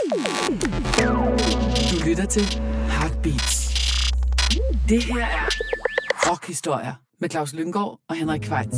Du lytter til Heartbeats. Det her er rockhistorier med Claus Lynggaard og Henrik Queitz.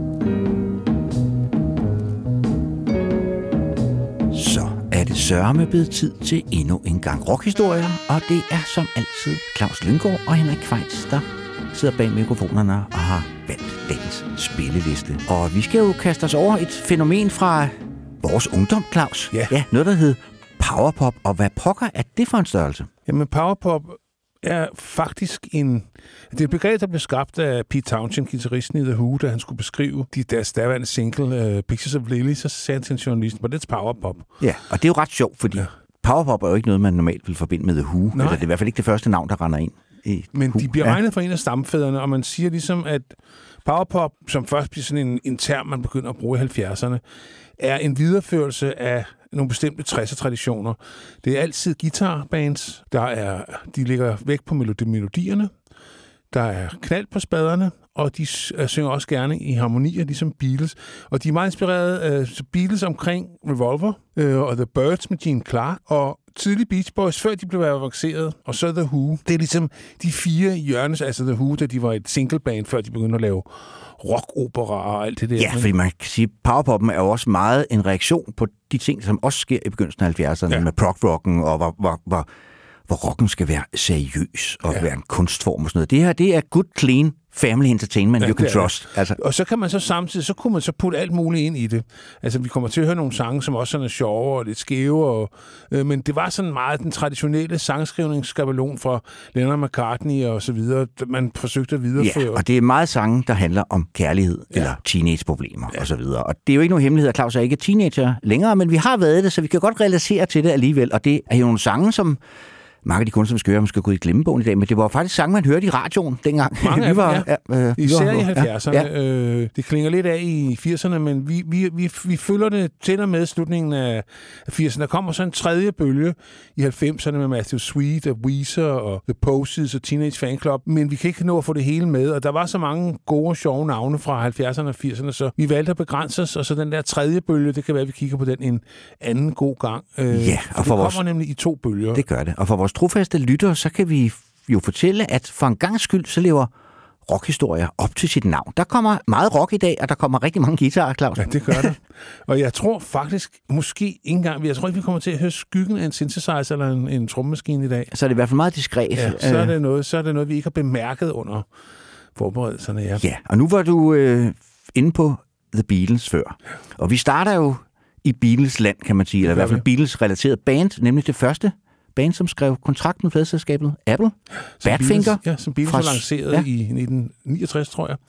Så er det sørme blevet tid til endnu en gang rockhistorier, og det er som altid Claus Lynggaard og Henrik Queitz, der sidder bag mikrofonerne og har valgt dagens spilleliste. Og vi skal jo kaste os over et fænomen fra vores ungdom, Claus. Ja, noget der hed powerpop, og hvad pokker er det for en størrelse? Jamen, powerpop er faktisk det er et begreb, der blev skabt af Pete Townshend, guitaristen i The Who, da han skulle beskrive deres daværende single, Pictures of Lily, så sagde han til en journalist, but it's powerpop. Ja, og det er jo ret sjovt, fordi powerpop er jo ikke noget, man normalt vil forbinde med The Who. Eller det er i hvert fald ikke det første navn, der render ind i Men Who. de bliver regnet for en af stamfædrene, og man siger ligesom, at powerpop, som først bliver sådan en term, man begynder at bruge i 70'erne, er en videreførelse af nogle bestemte 60'er-traditioner. Det er altid guitarbands, de ligger væk på melodierne, der er knald på spaderne, og de synger også gerne i harmonier, ligesom Beatles. Og de er meget inspireret af Beatles omkring Revolver og The Byrds med Gene Clark, og tidlige Beach Boys, før de blev avanceret, og så The Who. Det er ligesom de fire hjørnes, altså The Who, da de var et singleband, før de begyndte at lave rockopera og alt det der. Ja, fordi man kan sige, powerpoppen er jo også meget en reaktion på de ting, som også sker i begyndelsen af 70'erne, med prog-rocken, og hvor rocken skal være seriøs og være en kunstform og sådan noget. Det her, det er good, clean family entertainment, you can trust. Altså. Og så kan man så samtidig, så kunne man så putte alt muligt ind i det. Altså, vi kommer til at høre nogle sange, som også er sjove og lidt skæve, men det var sådan meget den traditionelle sangskrivningsskabelon fra Lennon McCartney og så videre, man forsøgte at videreføre. Ja, og det er meget sange, der handler om kærlighed eller teenageproblemer og så videre. Og det er jo ikke nogen hemmelighed, at Claus er ikke teenager længere, men vi har været det, så vi kan godt relatere til det alligevel. Og det er jo nogle sange, som mange af de kunstnere, vi skal høre, man skal gå i glemmebogen i dag, men det var faktisk sange, man hørte i radioen dengang. Mange af dem, især i 70'erne. Ja. Det klinger lidt af i 80'erne, men vi følger det til og med slutningen af 80'erne. Der kommer så en tredje bølge i 90'erne med Matthew Sweet og Weezer og The Posies og Teenage Fan Club, men vi kan ikke nå at få det hele med, og der var så mange gode og sjove navne fra 70'erne og 80'erne, så vi valgte at begrænse os, og så den der tredje bølge, det kan være, at vi kigger på den en anden god gang. Og for det kommer nemlig i to bølger. Det gør det, og for vores trofaste lyttere, så kan vi jo fortælle, at for en gangs skyld, så lever rockhistorier op til sit navn. Der kommer meget rock i dag, og der kommer rigtig mange guitarer, Claus. Ja, det gør der. Og jeg tror faktisk, måske ikke engang, jeg tror ikke, vi kommer til at høre skyggen af en synthesizer eller en trommemaskine i dag. Så er det i hvert fald meget diskret. Ja, så er det noget, vi ikke har bemærket under forberedelserne. Ja, og nu var du inde på The Beatles før. Og vi starter jo i Beatles land, kan man sige, eller i hvert fald Beatles-relateret band, nemlig det første band, som skrev kontrakt med pladeselskabet Apple. Badfinger. Som Beatles har lanceret i 1969, tror jeg.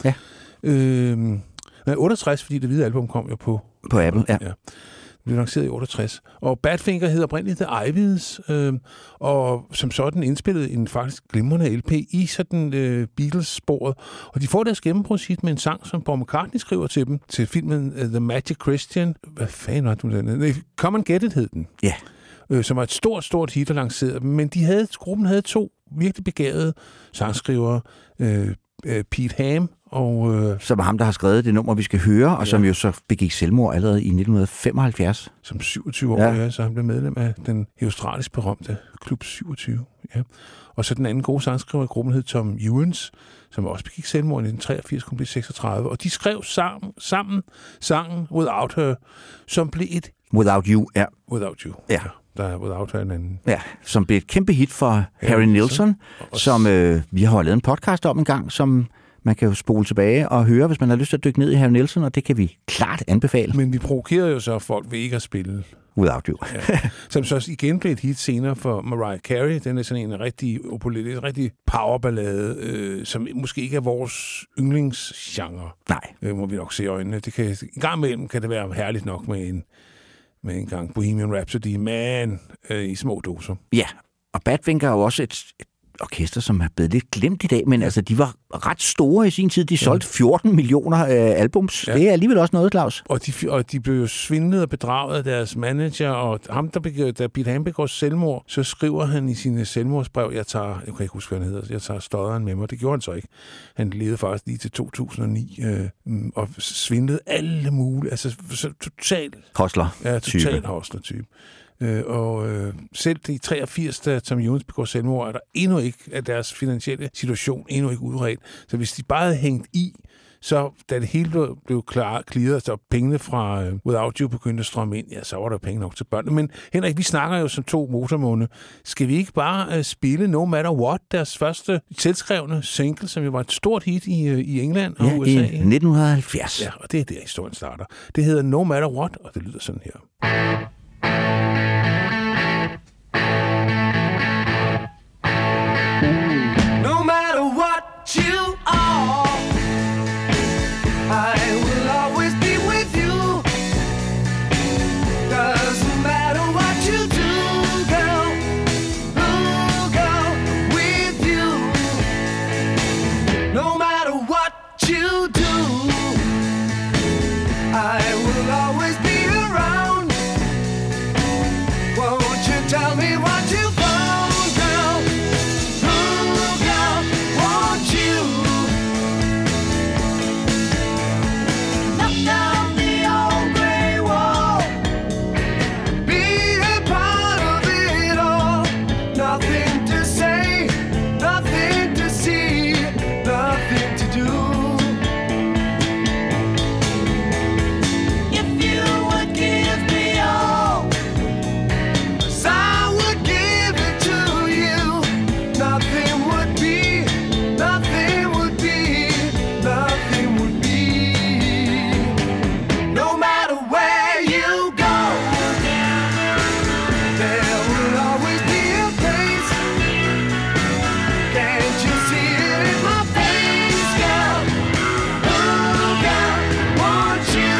Ja. 68, fordi det hvide album kom jo på Apple, ja. Det blev lanceret i 68. Og Badfinger hedder oprindeligt The Ivies, og som sådan indspillede en faktisk glimrende LP i sådan Beatles-sporet. Og de får deres gennembrudshit med en sang, som Paul McCartney skriver til dem, til filmen The Magic Christian. Hvad fanden var den? Come and Get It hed den. Ja. Som var et stort hit og lanceret. Men gruppen havde to virkelig begavede sangskrivere, Pete Ham og... som er ham, der har skrevet det nummer, vi skal høre, og som jo så begik selvmord allerede i 1975. Som 27 år, så han blev medlem af den australisk berømte Klub 27. Ja. Og så den anden gode sangskriver i gruppen hed Tom Ewens, som også begik selvmord i 1983, kun blev 36. Og de skrev sammen sangen Without Her, som blev et... Without You, ja. Without You, ja. Der er Without Her en anden. Ja, som blev et kæmpe hit for Harry Nilsson, som vi har lavet en podcast om en gang, som man kan jo spole tilbage og høre, hvis man har lyst til at dykke ned i Harry Nilsson, og det kan vi klart anbefale. Men vi provokerede jo så folk ved ikke at spille Without You. Ja. Som så igen blev et hit senere for Mariah Carey. Den er sådan en rigtig powerballade, som måske ikke er vores yndlingsgenre. Nej. Må vi nok se i øjnene. En gang imellem kan det være herligt nok med en gang Bohemian Rhapsody, men i små doser. Ja, og Badfinger er jo også et orkester, som er blevet lidt glemt i dag, men altså, de var ret store i sin tid. De solgte 14 millioner albums. Ja. Det er alligevel også noget, Claus. Og de blev jo svindlet og bedraget af deres manager, og ham, da Pete Ham begår selvmord, så skriver han i sine selvmordsbrev, jeg kan ikke huske, hvad han hedder, jeg tager stodderen med mig. Det gjorde han så ikke. Han levede faktisk lige til 2009, og svindlede alle mulige, altså totalt hostler-type. Ja, totalt hostler-type. Selv i 83, da Tom Jones begår selvmord, er der endnu ikke af deres finansielle situation endnu ikke udredt. Så hvis de bare havde hængt i, så da det hele blev clearet, så pengene fra Without You begyndte at strømme ind, ja, så var der penge nok til børnene. Men Henrik, vi snakker jo som 2 motormåne. Skal vi ikke bare spille No Matter What, deres første selvskrevne single, som jo var et stort hit i England og USA? I 1970. Ja, og det er der historien starter. Det hedder No Matter What, og det lyder sådan her. No matter what you are, I will always be with you. Doesn't matter what you do, girl, ooh, girl, with you. No matter what you do, I will always be around. Won't you tell me what you found, girl? Ooh, girl, won't you? Knock down the old gray wall. Be a part of it all. Nothing to say, nothing to see, nothing to do. If you would give me all, 'cause I would give it to you. Nothing would be, nothing would be, nothing would be. No matter where you go, there will always be a place. Can't you see it in my face, girl? Ooh, girl, won't you?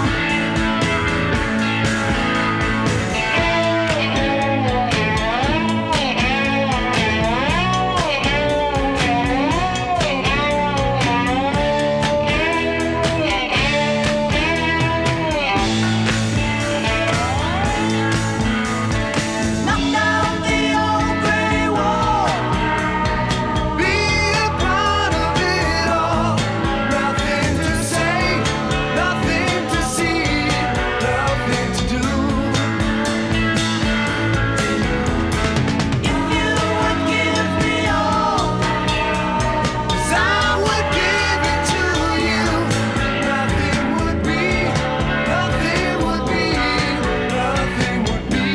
Knock down the old gray wall. Be a part of it all. Nothing to say, nothing to see, nothing to do. If you would give me all, 'cause I would give it to you. Nothing would be, nothing would be, nothing would be.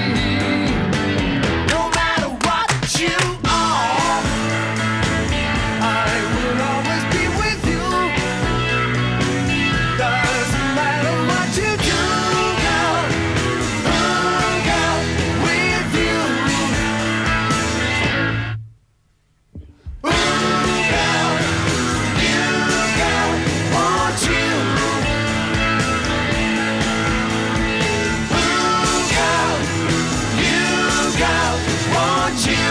No matter what you are, I will always be with you. Doesn't matter what you do, girl. Oh, girl, with you. Ooh, girl, you, girl, want you. Ooh, girl, you, girl, want you.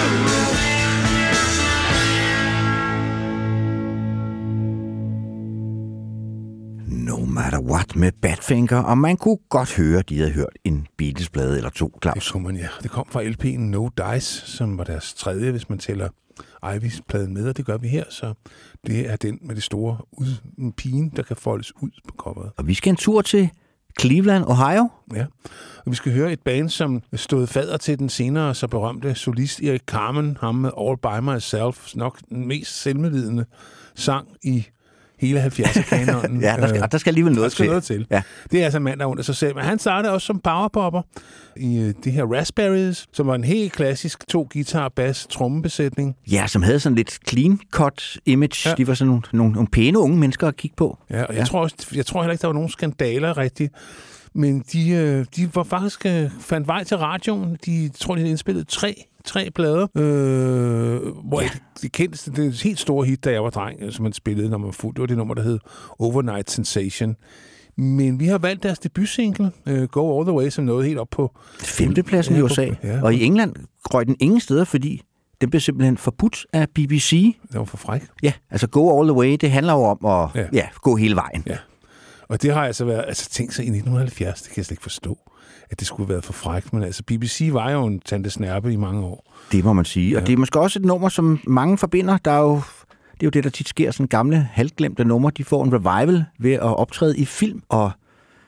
No Matter What med Badfinger, og man kunne godt høre, at de havde hørt en Beatles-plade eller 2, Det Claus. kunne man, ja. Det kom fra LP'en No Dice, som var deres 3., hvis man tæller Ivys-pladen med, og det gør vi her, så det er den med det store pigen, der kan foldes ud på coveret. Og vi skal en tur til Cleveland, Ohio. Ja, og vi skal høre et band, som stod fader til den senere så berømte solist Erik Carmen, ham med All By Myself, nok den mest selvmedlidende sang i hele 70'er-kanonen. Ja, der skal alligevel noget noget til. til. Ja. Det er altså en mand, der er under sig selv. Men han startede også som powerpopper i det her Raspberries, som var en helt klassisk 2 guitar, bass, trommebesætning. Ja, som havde sådan lidt clean-cut image. Ja. De var sådan nogle pæne unge mennesker at kigge på. Ja, og jeg tror heller ikke, der var nogen skandaler rigtigt. Men de var faktisk fandt vej til radioen. De havde indspillet tre plader, hvor det kendte, det helt store hit, da jeg var dreng, som man spillede, når man var fuld, det var det nummer, der hed Overnight Sensation. Men vi har valgt deres debutsingle, Go All The Way, som nåede helt op på 5. pladsen i USA. Ja. Og i England røg den ingen steder, fordi den blev simpelthen forbudt af BBC. Det var for fræk. Ja, altså Go All The Way, det handler jo om at gå hele vejen. Ja. Og det har altså været, tænkt sig i 1970, det kan jeg slet ikke forstå, at det skulle have været for frækt. Men altså, BBC var jo en tante snærpe i mange år. Det må man sige. Og det er måske også et nummer, som mange forbinder. Det er jo det, der tit sker. Sådan gamle, halvglemte numre, de får en revival ved at optræde i film. Og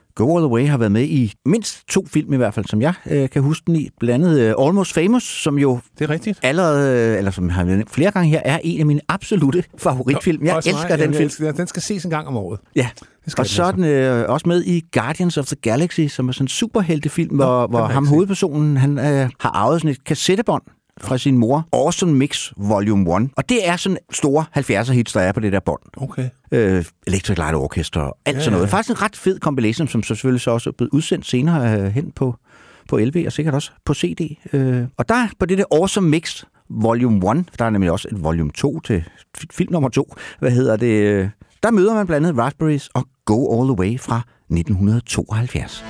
Go All The Way har været med i mindst 2 film i hvert fald, som jeg kan huske den i. Blandt andet Almost Famous, som jo Det er rigtigt. allerede, eller som har været flere gange her, er en af mine absolutte favoritfilm. Jeg elsker den film. Den skal ses en gang om året. Ja, og så er den den også med i Guardians of the Galaxy, som er sådan en superheltefilm, hvor ham hovedpersonen han har arvet sådan et kassettebånd fra sin mor. Awesome Mix Volume 1. Og det er sådan store 70'er hits, der er på det der bånd. Okay. Electric Light Orchestra og alt sådan noget. Faktisk en ret fed compilation, som så selvfølgelig så også er blevet udsendt senere hen på LP og sikkert også på CD. Og der på det der Awesome Mix Volume 1, der er nemlig også et Volume 2 til film nummer 2. Der møder man blandt andet Raspberries og Go All The Way fra 1972.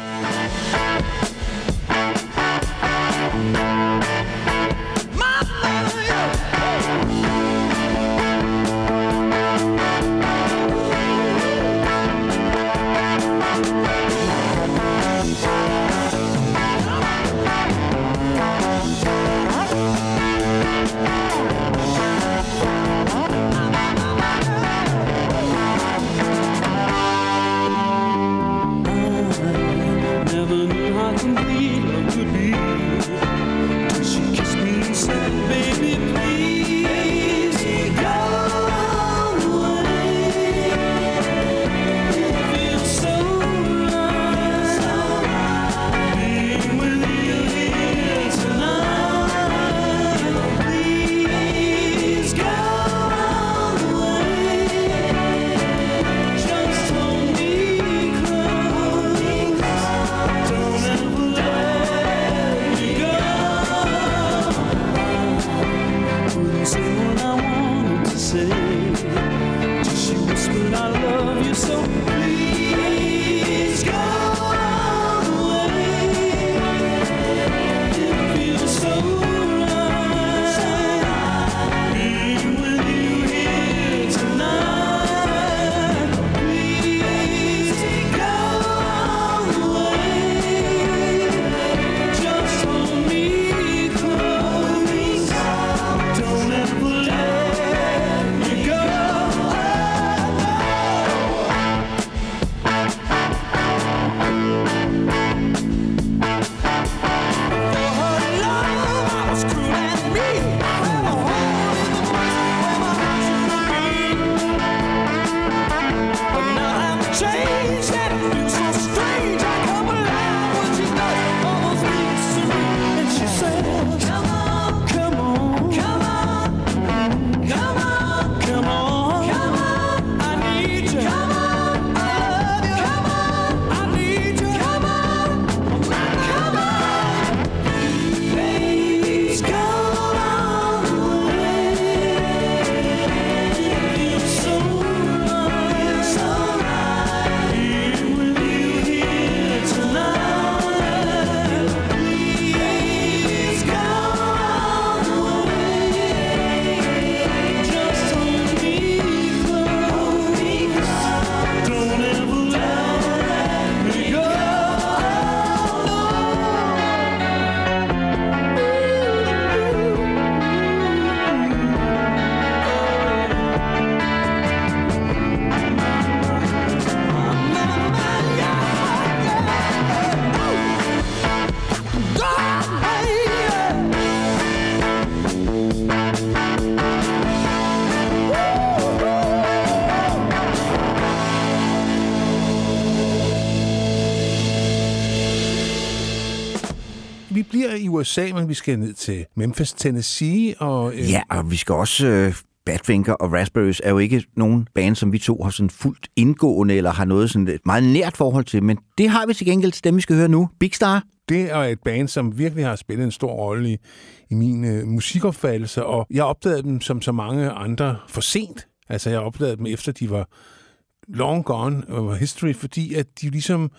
Vi bliver i USA, men vi skal ned til Memphis, Tennessee. Og vi skal også... Badfinger og Raspberries er jo ikke nogen band, som vi to har sådan fuldt indgående, eller har noget sådan et meget nært forhold til, men det har vi til gengæld til dem, vi skal høre nu. Big Star. Det er et band, som virkelig har spillet en stor rolle i min musikopfattelse, og jeg opdagede dem som så mange andre for sent. Altså, jeg opdagede dem efter, de var long gone over history, fordi at de ligesom,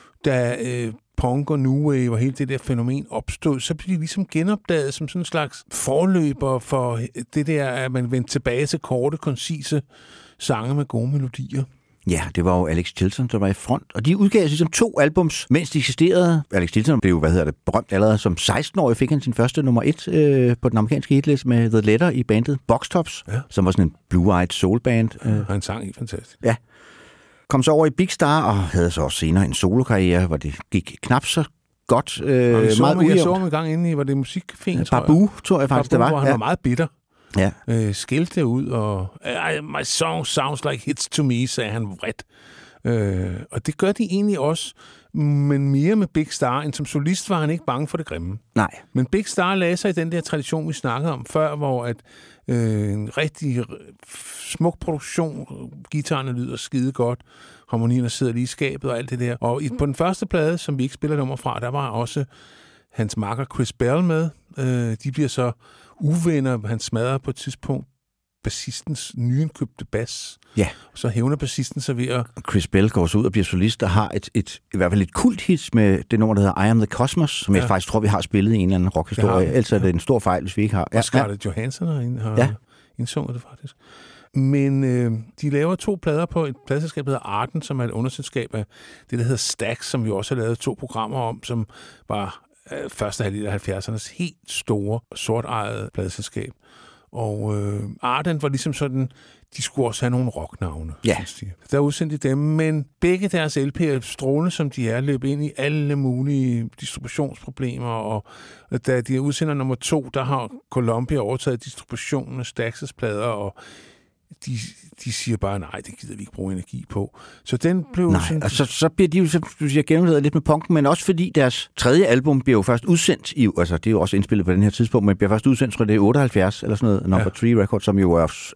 da punk og new wave og hele det der fænomen opstod, så blev de ligesom genopdaget som sådan en slags forløber for det der, at man vendte tilbage til korte, koncise sange med gode melodier. Ja, det var jo Alex Chilton, der var i front. Og de udgav ligesom 2 albums, mens de eksisterede. Alex Chilton blev jo, berømt allerede som 16-årig, fik han sin første nummer 1 på den amerikanske hitliste med The Letter i bandet Box Tops, som var sådan en blue-eyed soul-band. Han sang helt fantastisk. Ja. kom så over i Big Star og havde så også senere en solokarriere, hvor det gik knap så godt. Jeg så ham i gang inde i, var det musikcaféen, Babu, tror jeg faktisk, det var. Hvor han var meget bitter. Ja. Skældte ud, og my song sounds like hits to me, sagde han vredt. Og det gør de egentlig også, men mere med Big Star, end som solist var han ikke bange for det grimme. Nej. Men Big Star lagde sig i den der tradition, vi snakkede om før, hvor at en rigtig smuk produktion, guitarerne lyder skide godt, harmonierne sidder lige i skabet og alt det der. Og på den første plade, som vi ikke spiller nummer fra, der var også hans makker Chris Bell med. De bliver så uvenner. Han smadrer på et tidspunkt bassistens nyindkøbte bas. Ja. Så hævner bassisten sig ved at... Chris Bell går så ud og bliver solist, der har i hvert fald et kulthit med det nummer, der hedder I Am The Cosmos, som jeg faktisk tror, vi har spillet i en eller anden rockhistorie. Ellers er det en stor fejl, hvis vi ikke har. Og Scarlett Johansson har indsunget det faktisk. Men de laver 2 plader på et pladselskab, der hedder Arden, som er et underselskab af det, der hedder Stax, som vi også har lavet 2 programmer om, som var første halvdel af 70'ernes helt store, sortejede pladselskab. Og Arden var ligesom sådan, de skulle også have nogle rocknavne. Ja. Der udsendte de dem, men begge deres LP'er, strålende som de er, løb ind i alle mulige distributionsproblemer, og da de udsender nummer 2, der har Columbia overtaget distributionen af Stax's plader, og de siger bare, nej, det gider vi ikke bruge energi på. Så den blev... Nej, og så bliver de jo, som du siger, gennemledet lidt med punken, men også fordi deres tredje album bliver jo først udsendt i... Altså, det er jo også indspillet på den her tidspunkt, men bliver først udsendt, tror jeg, det er 78 eller sådan noget, Number 3 Record, som jo er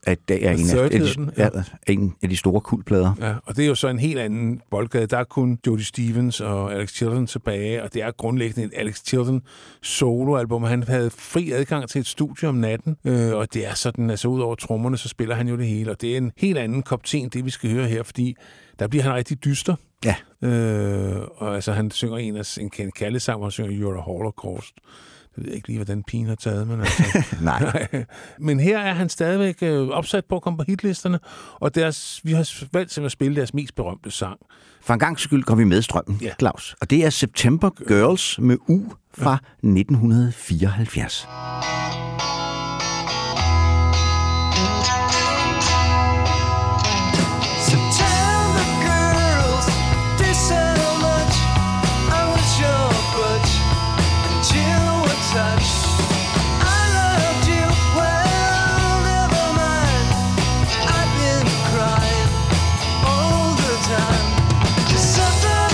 en af de store kultplader. Ja, og det er jo så en helt anden boldgade. Der er kun Jody Stevens og Alex Chilton tilbage, og det er grundlæggende et Alex Chilton soloalbum. Han havde fri adgang til et studie om natten, og det er sådan, altså ud over trommerne, så spiller han jo det hele, og det er en helt anden kop te end det, vi skal høre her, fordi der bliver han rigtig dyster. Ja. Og altså, han synger en kærlighedssang, hvor han synger You're a Holocaust. Jeg ved ikke lige, hvordan pigen har taget, men altså... Nej. Men her er han stadigvæk opsat på at komme på hitlisterne, og vi har valgt at spille deres mest berømte sang. For en gang skyld går vi med strømmen, Claus. Og det er September Girls med U fra 1974.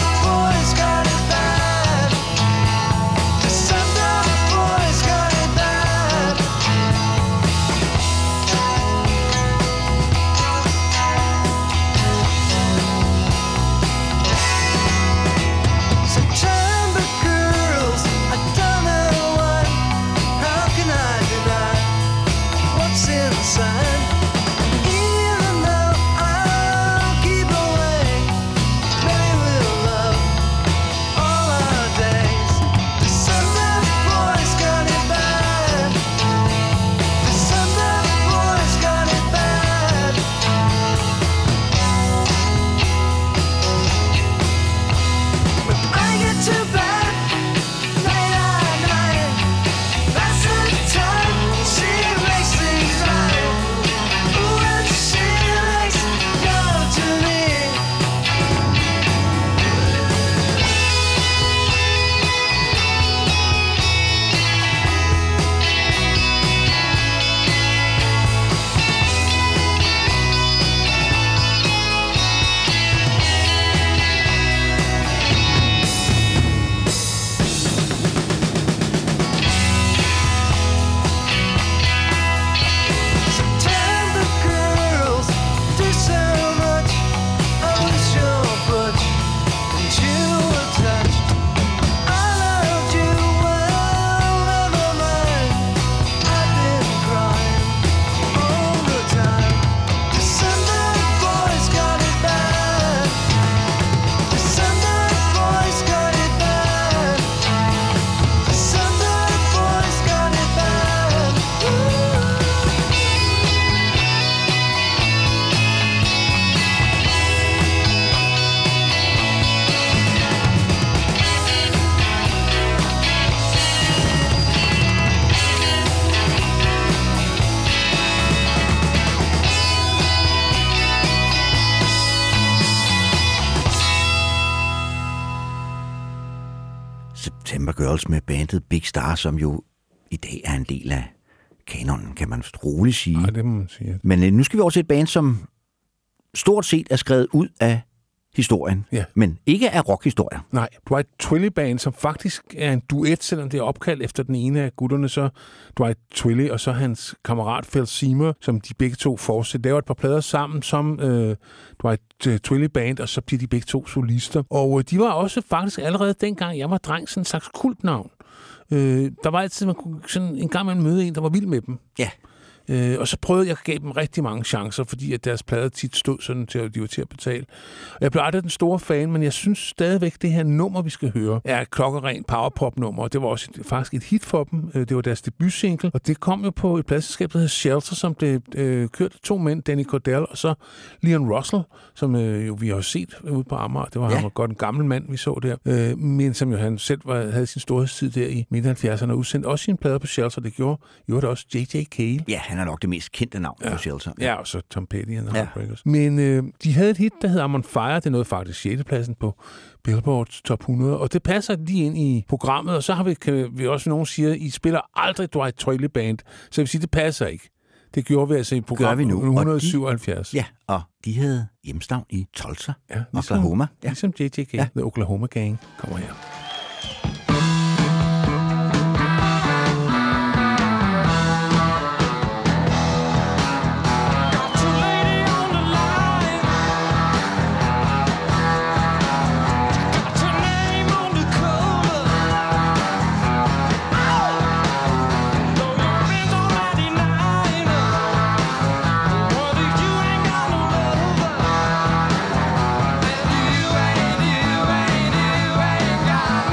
Boys got it bad. Girls med bandet Big Star, som jo i dag er en del af kanonen, kan man roligt sige. Nej, det må man sige. Men nu skal vi over til et band, som stort set er skrevet ud af historien, Ja. men ikke af rockhistorier. Nej, Dwight Twilley Band, som faktisk er en duet, selvom det er opkaldt efter den ene af gutterne, så Dwight Twilley og så hans kammerat Phil Seymour, som de begge to fortsætter, laver et par plader sammen som Dwight Twilley Band, og så bliver de begge to solister. Og de var også faktisk allerede dengang, jeg var dreng, sådan en slags kultnavn. Der var altid, man kunne sådan en gang man møde en, der var vild med dem. Ja. Og så prøvede jeg at give dem rigtig mange chancer, fordi at deres plader tit stod sådan til, at de var til at betale. Og jeg blev aldrig den store fan, men jeg synes stadigvæk, det her nummer, vi skal høre, er et klokkerent powerpop-nummer, og det var også faktisk et hit for dem. Det var deres debutsingle, og det kom jo på et pladselskab, der hedder Shelter, som blev kørt af 2 mænd, Danny Cordell og så Leon Russell, som jo vi har set ude på Amager. Det var ham, godt en gammel mand, vi så der, men som jo han selv havde sin storhedstid der i midt-70'erne, og udsendte også sine plader på Shelter. Det gjorde det også J.J. Cale. Ja, han er nok det mest kendte navn på Shelter. Ja, og så Tom Petty og Heartbreakers. Men de havde et hit, der hedder I'm on Fire. Det nåede faktisk 6. pladsen på Billboards Top 100, og det passer lige ind i programmet, og så har vi også nogen siger, I spiller aldrig Dwight Twilley Band, så jeg vil sige, det passer ikke. Det gjorde vi altså i programmet 177. Ja, og de havde hjemstavn i Tulsa, ligesom, Oklahoma. Ja. Ligesom JJK, The Oklahoma Gang, kommer her. You ain't got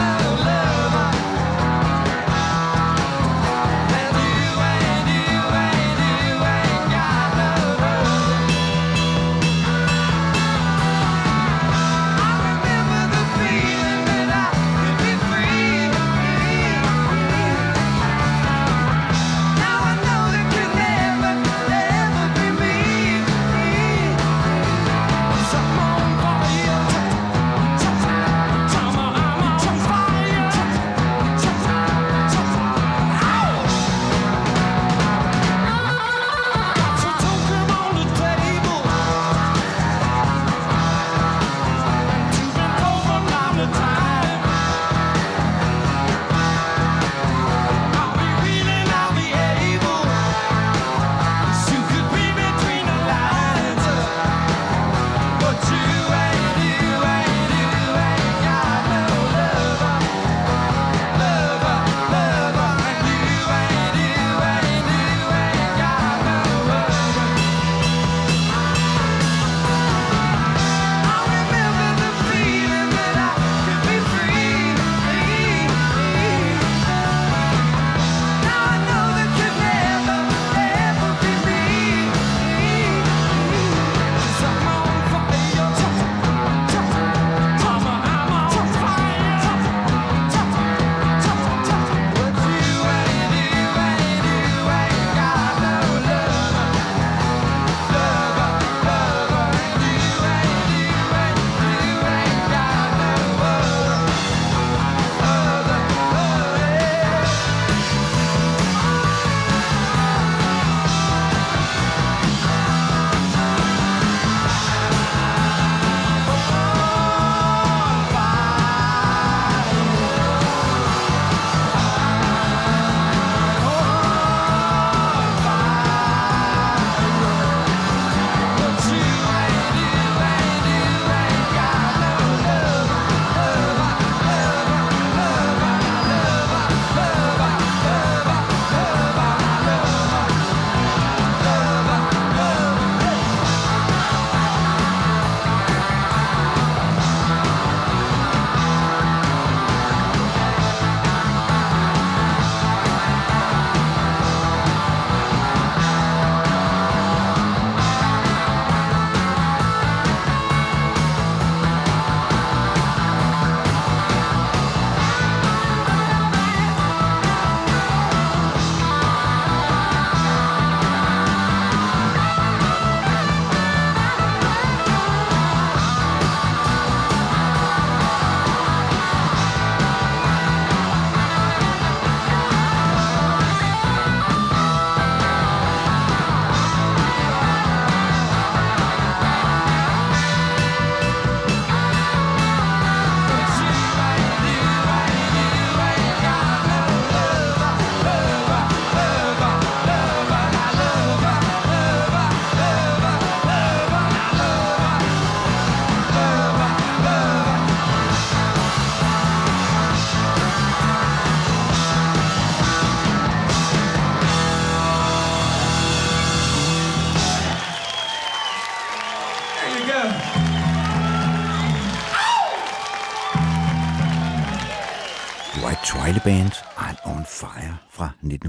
dejlig band, I'm on Fire fra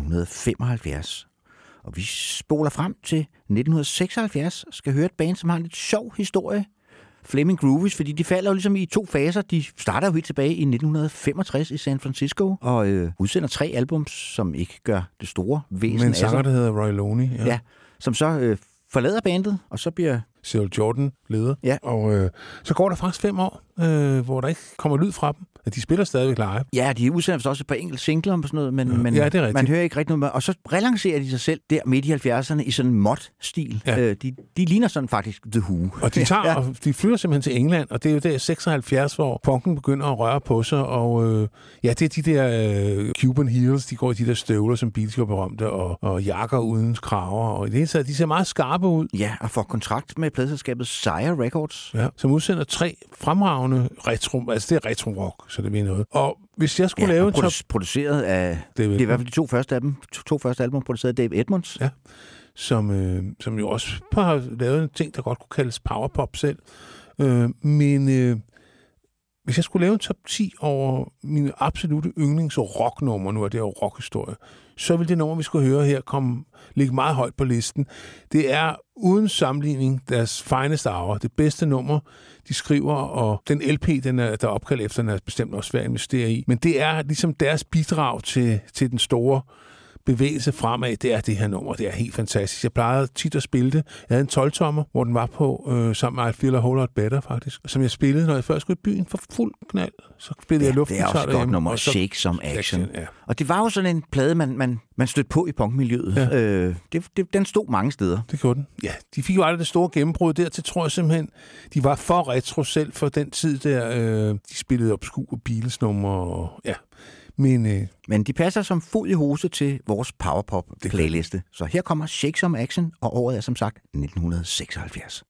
1975. Og vi spoler frem til 1976, skal høre et band, som har en lidt sjov historie. Flaming Groovies, fordi de falder jo ligesom i 2 faser. De starter jo helt tilbage i 1965 i San Francisco og udsender 3 albums, som ikke gør det store væsen af sig. Men en sanger, der hedder Roy Loney. Ja, som så forlader bandet, og så bliver Cyril Jordan leder. Ja. Og så går der faktisk 5 år, hvor der ikke kommer lyd fra dem. De spiller stadigvæk live. Ja, de udsender også et par enkelte singler og sådan noget, men Ja, det er rigtigt. man hører ikke rigtig noget med. Og så relancerer de sig selv der midt i 70'erne i sådan en mod-stil. Ja. De ligner sådan faktisk The Who. Og de tager, og de flytter simpelthen til England, og det er jo der 76, hvor punken begynder at røre på sig, og det er de der Cuban Heels, de går i de der støvler, som Beatles var berømte, og jakker uden kraver, og i det hele taget, de ser meget skarpe ud. Ja, og får kontrakt med pladselskabet Sire Records. Ja, som udsender 3 fremragende retro, altså det er retro-rock, så det er noget. Og hvis jeg skulle lave en top... produceret af... Det er i hvert fald de 2 første album, produceret af Dave Edmunds. Ja, som jo også har lavet en ting, der godt kunne kaldes powerpop selv. Men hvis jeg skulle lave en top 10 over mine absolutte yndlings-rocknummer, nu er det jo rockhistorie, så vil det nummer, vi skulle høre her, ligge meget højt på listen. Det er uden sammenligning deres finest hour, det bedste nummer, de skriver, og den LP, der er opkaldt efter, den er bestemt også svær at investere i. Men det er ligesom deres bidrag til den store bevægelse fremad, det er det her nummer. Det er helt fantastisk. Jeg plejede tit at spille det. Jeg havde en 12-tommer, hvor den var på sammen med I Feel a Whole Lot Better, faktisk. Som jeg spillede, når jeg først skulle i byen for fuld knald. Så spillede jeg luftgitar derhjemme. Det er også et godt nummer, så... Shake Some Action. Ja. Og det var jo sådan en plade, man stødte på i punkmiljøet. Ja. Den stod mange steder. Det gjorde den. Ja, de fik jo aldrig det store gennembrud. Dertil tror jeg simpelthen, de var for retro selv for den tid der. De spillede obskure Beatles-numre og ja. Men de passer som fod i hose til vores powerpop-playliste. Så her kommer Shake Some Action, og året er som sagt 1976.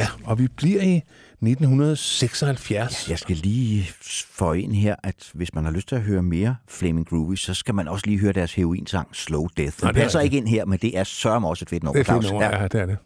Ja, og vi bliver i 1976. Jeg skal lige få ind her, at hvis man har lyst til at høre mere Flaming Groovy, så skal man også lige høre deres heroinsang Slow Death. Den passer ikke ind her, men det er sørme også et fedt nummer. Det er fedt nummer, ja, det er det.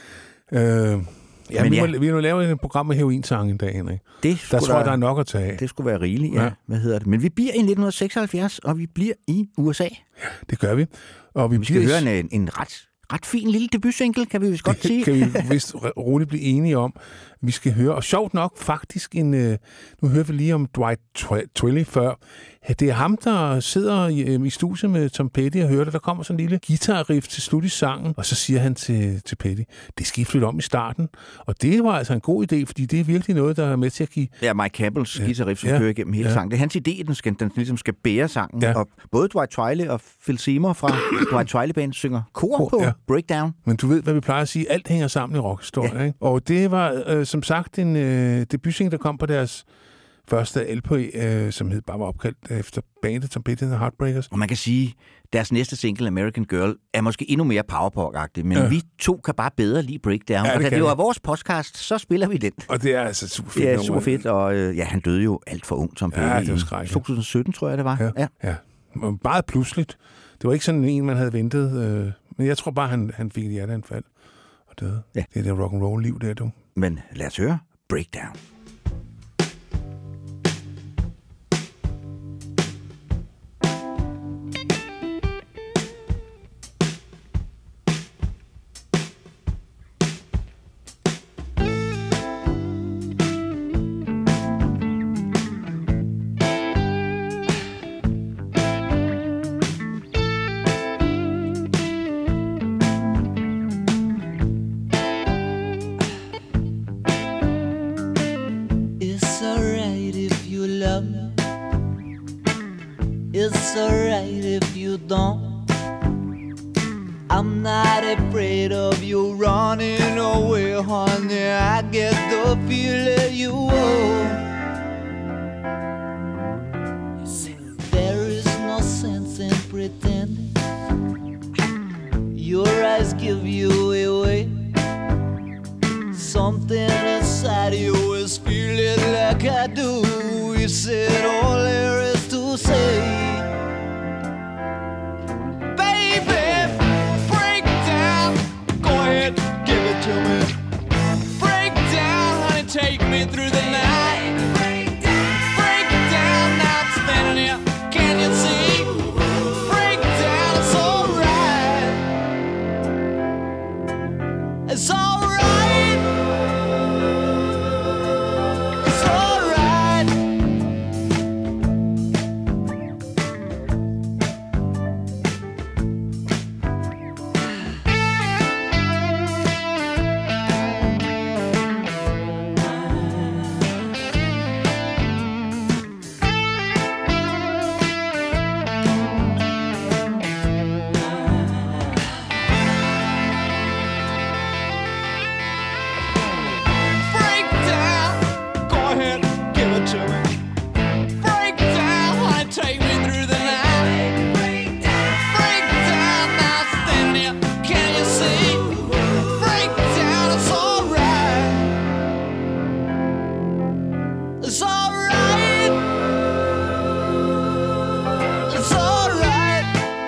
Vi må lave et program med heroinsang en dag, Henrik. Der tror jeg, der er nok at tage af. Det skulle være rigeligt, ja. Hvad hedder det? Men vi bliver i 1976, og vi bliver i USA. Ja, det gør vi. Og vi skal høre en ret fin lille debutsingle, kan vi vist godt sige. Kan vi vist roligt blive enige om. Vi skal høre, og sjovt nok faktisk nu hører vi lige om Dwight Twilley før. Det er ham, der sidder i studiet med Tom Petty og hører det. Der kommer sådan en lille guitar-riff til slut i sangen, og så siger han til Petty, det skal I flytte om i starten. Og det var altså en god idé, fordi det er virkelig noget, der er med til at give... Ja, Mike Campbells guitar-riff, som kører igennem hele sangen. Det er hans idé, den ligesom skal bære sangen. Ja. Og både Dwight Twilley og Phil Seymour fra Dwight Twilley Band synger kor på Breakdown. Men du ved, hvad vi plejer at sige. Alt hænger sammen i rockhistorien, ikke? Og det var som sagt en debutsingle, der kom på deres første LP, som bare var opkaldt efter bandet Tom Petty and the Heartbreakers. Og man kan sige, deres næste single, American Girl, er måske endnu mere powerpop-agtig, men vi to kan bare bedre lide Breakdown. Ja, og da det var vores podcast, så spiller vi den. Og det er altså super fedt. Det er super fedt, og han døde jo alt for ung, Tom Petty. Ja, det var skrækkeligt. 2017, tror jeg, det var. Ja. Meget pludseligt. Det var ikke sådan en, man havde ventet. Men jeg tror bare, han fik et hjerteanfald og døde. Ja. Det er det rock'n'roll-liv, der du. Men lad os høre Breakdown. It's alright if you don't. I'm not afraid of you running away, honey. I get the feeling you won't. There is no sense in pretending. Your eyes give you away. Something inside you is feeling like I do. You said all there is to say. Baby, break down. Go ahead, give it to me. Break down, honey, take me through the night. Break down, now I'm standing here. Can you see? Break down, it's alright. It's alright. It's alright. Break down, go ahead, give it to me. Break down, honey, take me through the night. Break down, now I'm standing here, can you see? Break down, it's alright. It's alright. It's alright.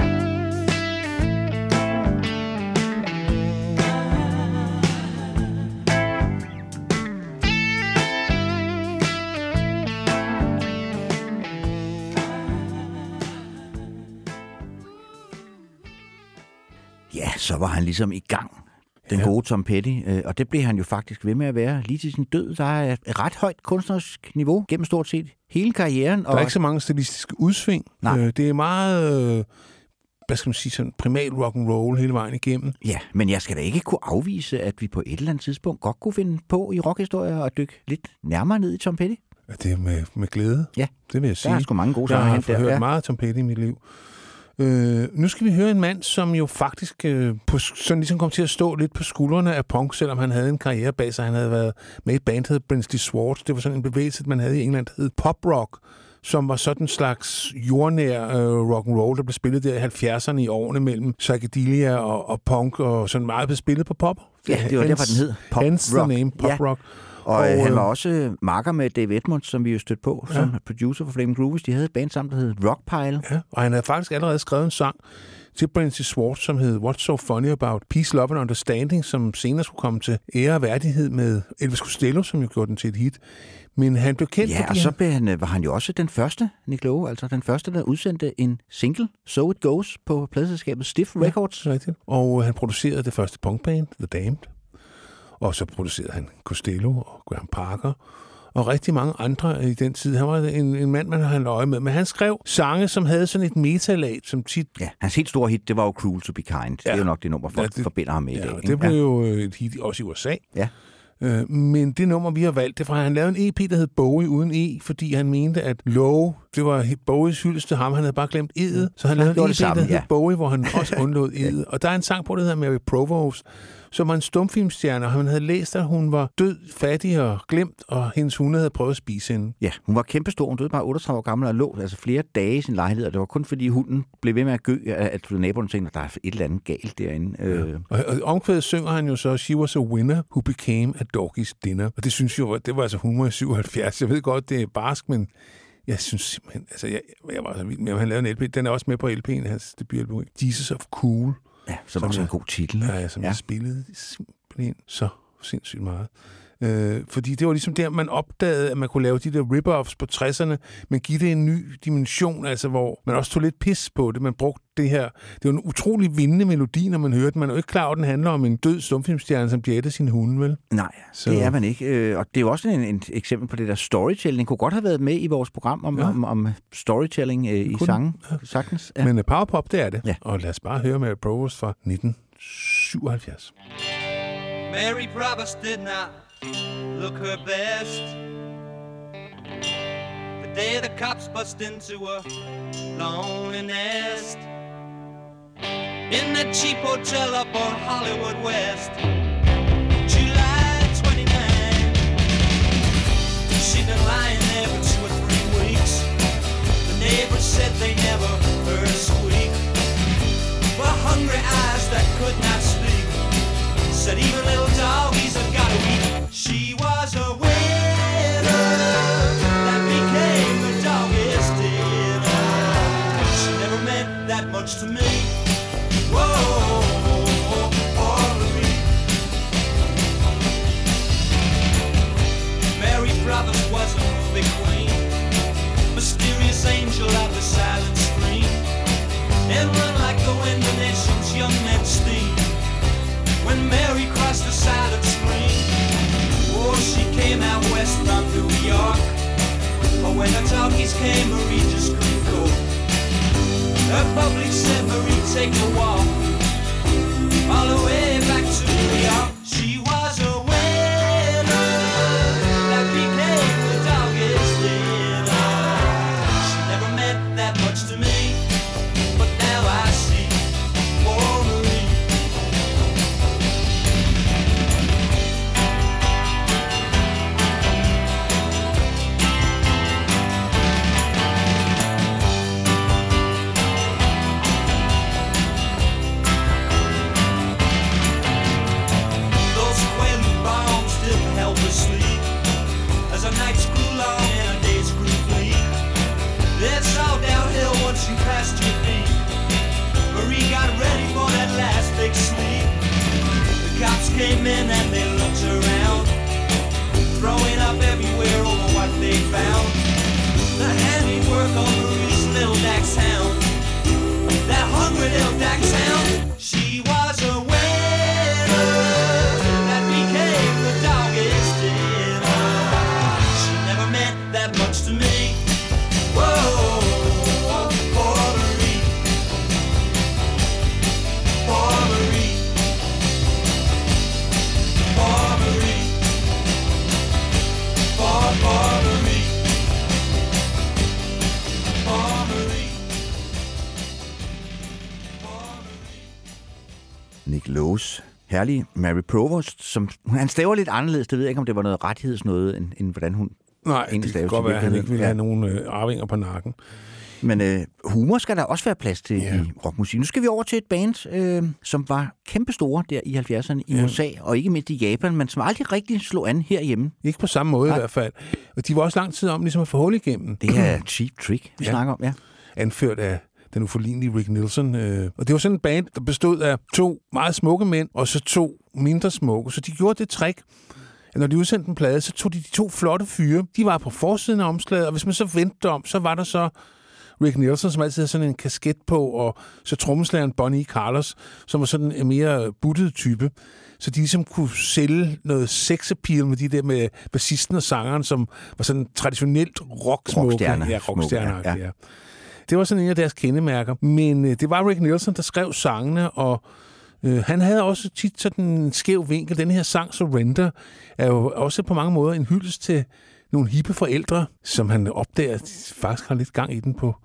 Ja, så var han ligesom i gang, den gode Tom Petty, og det blev han jo faktisk ved med at være lige til sin død. Der er et ret højt kunstnerisk niveau gennem stort set hele karrieren. Der er ikke så mange stilistiske udsving. Det er meget, hvad skal man sige, sådan primat rock'n'roll hele vejen igennem. Ja, men jeg skal da ikke kunne afvise, at vi på et eller andet tidspunkt godt kunne finde på i rockhistorier og dykke lidt nærmere ned i Tom Petty. Ja, det er med glæde. Ja, det vil jeg sige. Der er sgu mange gode sanger. Jeg Jeg har hørt meget Tom Petty i mit liv. Nu skal vi høre en mand, som jo faktisk sådan ligesom kom til at stå lidt på skuldrene af punk, selvom han havde en karriere bag sig. Han havde været med i et band, der hed Brinsley Schwarz. Det var sådan en bevægelse, man havde i England, der hed pop rock, som var sådan en slags jordnær rock'n'roll, der blev spillet der i 70'erne i årene mellem psychedelia og punk, og sådan meget blev spillet på pop Ja, det var derfor, den hed Pop Hence the Rock. name, Pop Ja. Rock. Og han var også makker med Dave Edmunds, som vi jo stødte på, som producer for Flaming Groovies. De havde et band sammen, der hed Rockpile. Ja, og han havde faktisk allerede skrevet en sang til Brancy Schwartz, som hed What's So Funny About Peace, Love and Understanding, som senere skulle komme til ære og værdighed med Elvis Costello, som jo gjorde den til et hit. Men han blev kendt, Ja, og så var han jo også den første, Nick Lowe, altså den første, der udsendte en single, So It Goes, på pladeselskabet Stiff Records. Ja, rigtigt. Og han producerede det første punkband, The Damned. Og så producerede han Costello og Graham Parker og rigtig mange andre i den tid. Han var en mand, man havde øje med. Men han skrev sange, som havde sådan et metalag, som tit... Ja, hans helt store hit, det var jo Cruel to be Kind. Ja. Det er jo nok det nummer, folk forbinder ham med i dag. Ja, det blev jo et hit også i USA. Ja. Men det nummer, vi har valgt, det fra, han lavede en EP, der hed Bowie uden E, fordi han mente, at Lowe, det var Bowies hyldest til ham, han havde bare glemt E'et. Så han lavede en EP, der hed Bowie, hvor han også undlod E'et. Og der er en sang på, der hedder Mary Provost, som var en stumfilmstjerne, og han havde læst, at hun var død, fattig og glemt, og hendes hunde havde prøvet at spise hende. Ja, hun var kæmpestor. Hun døde bare 38 år gammel og lå altså flere dage i sin lejlighed, og det var kun fordi hunden blev ved med at gø, at naboen tænkte, at der er et eller andet galt derinde. Ja. Og omkvædet synger han jo så, She was a winner who became a doggy's dinner. Og det synes jo, det var altså humor i 77. Jeg ved godt, det er barsk, men jeg synes simpelthen, altså jeg var så vild med, han lavede en LP. Den er også med på LP'en, hans debut-LP. Jesus of Cool. Ja, som også en god titel. Ja, som jeg spillede simpelthen så sindssygt meget. Fordi det var ligesom der, man opdagede, at man kunne lave de der rip-offs på 60'erne, men give det en ny dimension, altså hvor man også tog lidt pis på det. Man brugte det her. Det var en utrolig vindende melodi, når man hørte den. Man er jo ikke klar over, at den handler om en død stumfilmstjerne, som jætter sin hunde, vel? Nej, så det er man ikke. Og det er jo også et eksempel på det der storytelling. Den kunne godt have været med i vores program om storytelling i sangen. Sagtens. Ja. Men powerpop, det er det. Ja. Og lad os bare høre Mary Provost fra 1977. Mary Provost did not look her best. The day the cops bust into her lonely nest in that cheap hotel up on Hollywood West, July 29. She'd been lying there for 2 or 3 weeks. The neighbors said they never heard her squeak, but hungry eyes that could not speak said even little doggies have got to eat. She was a winner that became the doggies dinner. She never meant that much to me. Whoa, poor Marie. Mary Provost was a movie queen, mysterious angel of the silent screen, and run like the wind the nation's young men steam. When Mary crossed the silent screen, oh, she came out west from New York. But when the talkies came, Marie just couldn't go. Her public said, Marie, take a walk all the way back to New York. She was a winner that became the doggies dinner. She never meant that much to me, but now I see. Poor Marie. It's all downhill once you passed your feet. Marie got ready for that last big sleep. The cops came in and they looked around, throwing up everywhere over what they found. The handiwork on Marie's little dachshund, that hungry little dachshund. She was a winner that became the doggies dinner. She never meant that much to me. Whoa, poor Marie, poor Marie, poor Marie, poor Marie, poor Marie, poor Marie. Nick Lowe's herlige Mary Provost, som han staver lidt anderledes. Det ved jeg ikke, om det var noget rettighedsnøde, end hvordan hun Nej, det kan godt være, at han ikke ville have nogen arvinger på nakken. Men humor skal der også være plads til i rockmusik. Nu skal vi over til et band, som var kæmpestore der i 70'erne i USA, og ikke mindst i Japan, men som aldrig rigtig slog an herhjemme. Ikke på samme måde i hvert fald. Og de var også lang tid om ligesom at få hul igennem. Det er Cheap Trick, vi snakker om, Anført af den uforlignelige Rick Nielsen. Og det var sådan en band, der bestod af 2 meget smukke mænd, og så 2 mindre smukke. Så de gjorde det trick, at når de udsendte en plade, så tog de 2 flotte fyre. De var på forsiden af omslaget, og hvis man så vendte om, så var der så Rick Nielsen, som altid havde sådan en kasket på, og så trommeslageren Bonnie Carlos, som var sådan en mere buttet type. Så de ligesom kunne sælge noget sex-appeal med de der med bassisten og sangeren, som var sådan traditionelt rocksmukke. Rockstjerner. Ja. Det var sådan en af deres kendemærker. Men det var Rick Nielsen, der skrev sangene, og han havde også tit sådan en skæv vinkel. Den her sang Surrender er jo også på mange måder en hyldest til nogle hippe forældre, som han opdager, at de faktisk har lidt gang i den på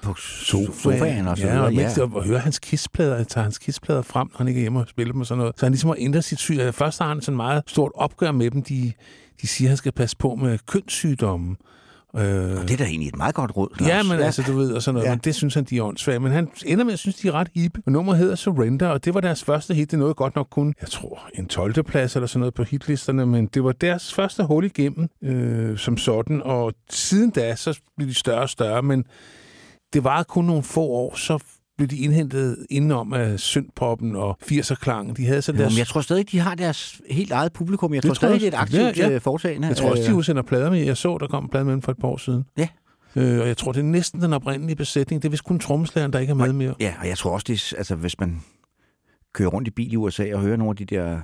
sofaen og så videre. Og høre hans Kiss-plader, tager hans Kiss-plader frem, når han ikke er hjemme og spiller dem og sådan noget. Så han ligesom har ændret sit syn. Først har han sådan meget stort opgør med dem. De siger, at han skal passe på med kønssygdomme. Og det er da egentlig et meget godt råd, Claus. Ja, men altså, du ved, og sådan noget. Men det synes han, de er åndssvage. Men han ender med at synes, de er ret hippe. Og nummeret hedder Surrender, og det var deres første hit. Det nåede godt nok kun, jeg tror, en 12. plads eller sådan noget på hitlisterne, men det var deres første hul igennem som sådan. Og siden da, så blev de større og større, men det var kun nogle få år, så blev de indhentet indenom af syntpoppen og 80'er-klangen. De havde sådan deres... Men jeg tror stadig, de har deres helt eget publikum. Jeg tror stadig, det er et aktivt foretagende. Jeg tror også, de udsender plader med. Jeg så, der kom en plade med dem for et par år siden. Ja. Og jeg tror, det er næsten den oprindelige besætning. Det er vist kun trommeslageren, der ikke er med mere. Ja, og jeg tror også, det er, altså, hvis man kører rundt i bil i USA og hører nogle af de der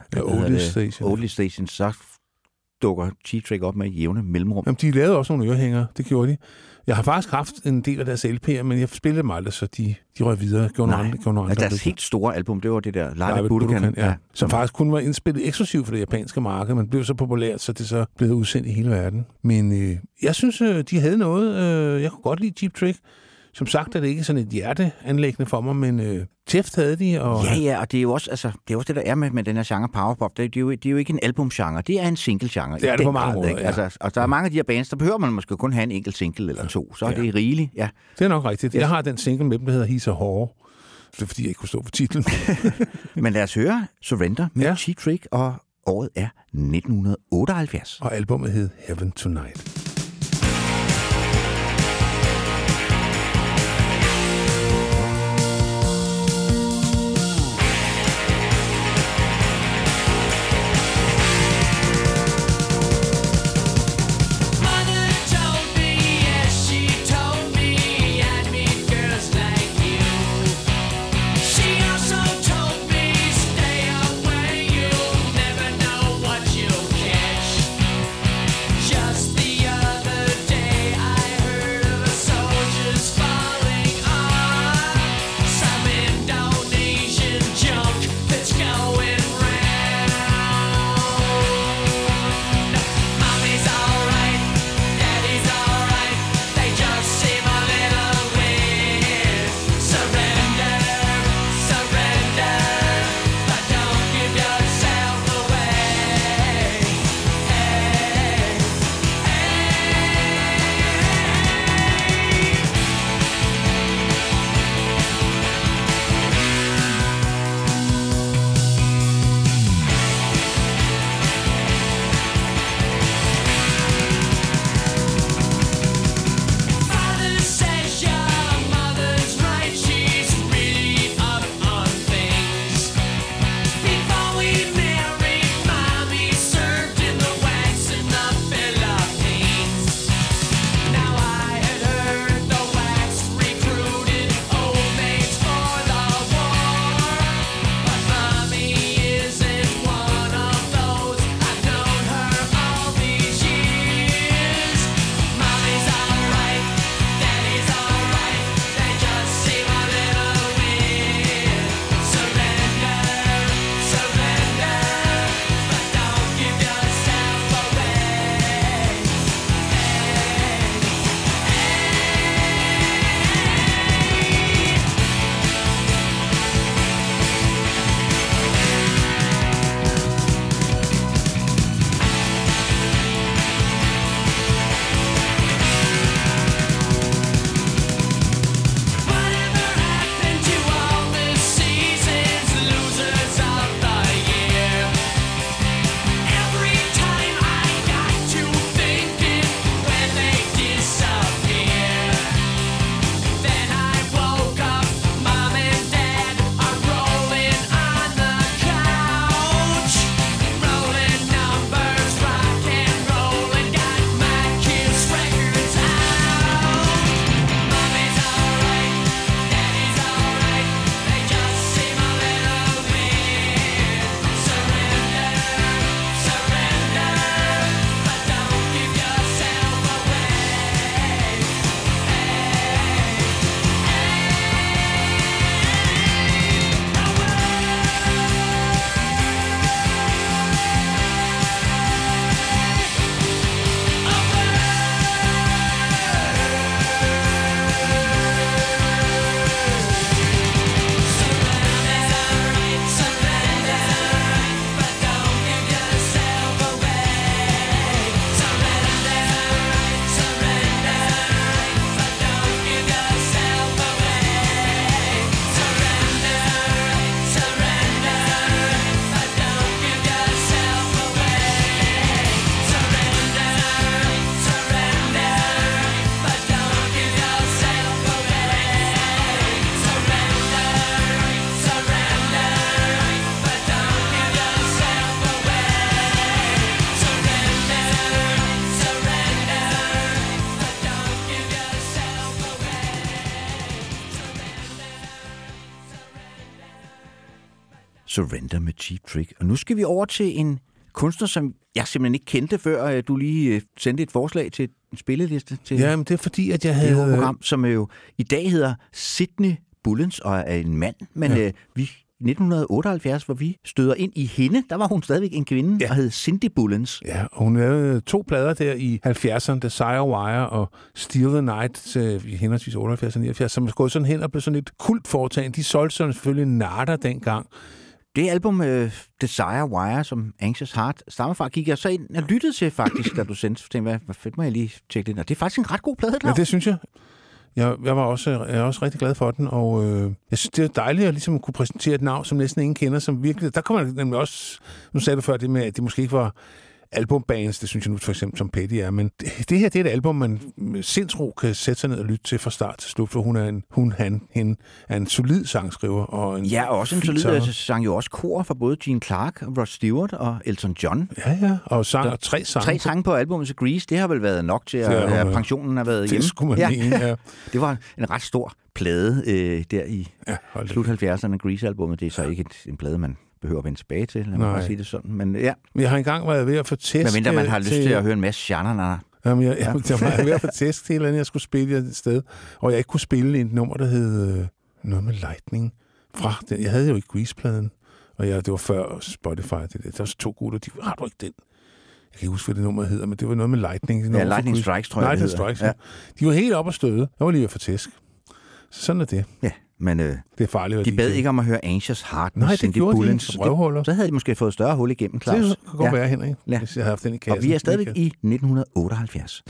oldie stations, så dukker Cheap Trick op med jævne mellemrum. Jamen, de lavede også nogle ørehængere. Det gjorde de. Jeg har faktisk haft en del af deres LP'er, men jeg spillede dem aldrig, så de røg videre. Gjorde nogle andre. Deres helt store album, det var det der Live at Budokan. Ja. Som faktisk kun var indspillet eksklusivt for det japanske marked, men blev så populært, så det så blev udsendt i hele verden. Men jeg synes, de havde noget. Jeg kunne godt lide Cheap Trick. Som sagt er det ikke sådan et hjerteanlæggende for mig, men tæft havde de. Og... Ja, og det er jo også, altså, det er også det, der er med den her genre powerpop. Det er jo ikke en albumgenre, det er en single-genre. Det er det på mange måder, ja. Altså, og der er mange af de her bands, der behøver man måske kun have en enkelt single eller 2, så er det rigeligt. Ja. Det er nok rigtigt. Jeg har den single med dem, der hedder He's a Whore. Det er fordi, jeg ikke kunne stå for titlen. Men lad os høre Surrender med Cheap Trick, og året er 1978. Og albumet hed Heaven Tonight. Just the Surrender med Cheap Trick. Og nu skal vi over til en kunstner, som jeg simpelthen ikke kendte, før du lige sendte et forslag til en spilleliste til Ja, men det er fordi, at jeg det her havde... program, som jo i dag hedder Sidney Bullens og er en mand. Men vi i 1978, hvor vi støder ind i hende, der var hun stadigvæk en kvinde, og hed Cindy Bullens. Ja, og hun lavede 2 plader der i 70'erne, Desire Wire og Steal the Night, i henholdsvis 78 og 79, som er gået sådan hen og blev sådan lidt kultforetagende. De solgte sådan selvfølgelig narter dengang. Det album Desire Wire, som Anxious Heart stammer fra, gik jeg så ind og lyttede til faktisk, da du sendte. Tænkte, hvad fedt må jeg lige tjekke det ind. Og det er faktisk en ret god plade, Ja, det synes jeg. Jeg er også rigtig glad for den, og jeg synes, det er dejligt at ligesom kunne præsentere et navn, som næsten ingen kender, som virkelig... Der kommer nemlig også... Nu sagde du før det med, at det måske ikke var albumbands, det synes jeg nu for eksempel som Petty er, men det her, det er et album, man med sindsro kan sætte sig ned og lytte til fra start til slut, for hende er en solid sangskriver. Og en ja, og også en solid, sang jo også kor for både Gene Clark, Rod Stewart og Elton John. Ja, og sang og 3 sange. 3 sange på albumet til Grease, det har vel været nok til, at pensionen har været hjemme. Det skulle man mene, ja. Det var en ret stor plade der i slut 70'erne, Grease-albummet. Det er så ikke en plade, man behøver at vende tilbage til, lad mig bare sige det sådan. Men ja. Jeg har engang været ved at få tæsk... Medmindre man har lyst til at høre en masse genre. Jamen, jeg var ved at få tæsk til, eller andet, jeg skulle spille et sted, og jeg ikke kunne spille et nummer, der hed noget med Lightning. Jeg havde jo ikke Grease-pladen, og det var før Spotify. Der var så 2 gutter, de har du ikke den? Jeg kan ikke huske, hvad det nummer hedder, men det var noget med Lightning. Ja, Lightning Strikes, tror jeg, Lightning Strikes, ja. De var helt op og støde. Jeg var lige ved at få tæsk. Så sådan er det. Ja, men det er farligt. De bad ikke om at høre Anxious Heart med Cindy Bullens. Så havde de måske fået større hul igennem, Claus. Det kan godt være, Henrik, hvis jeg havde haft den i kassen. Og vi er stadigvæk i 1978.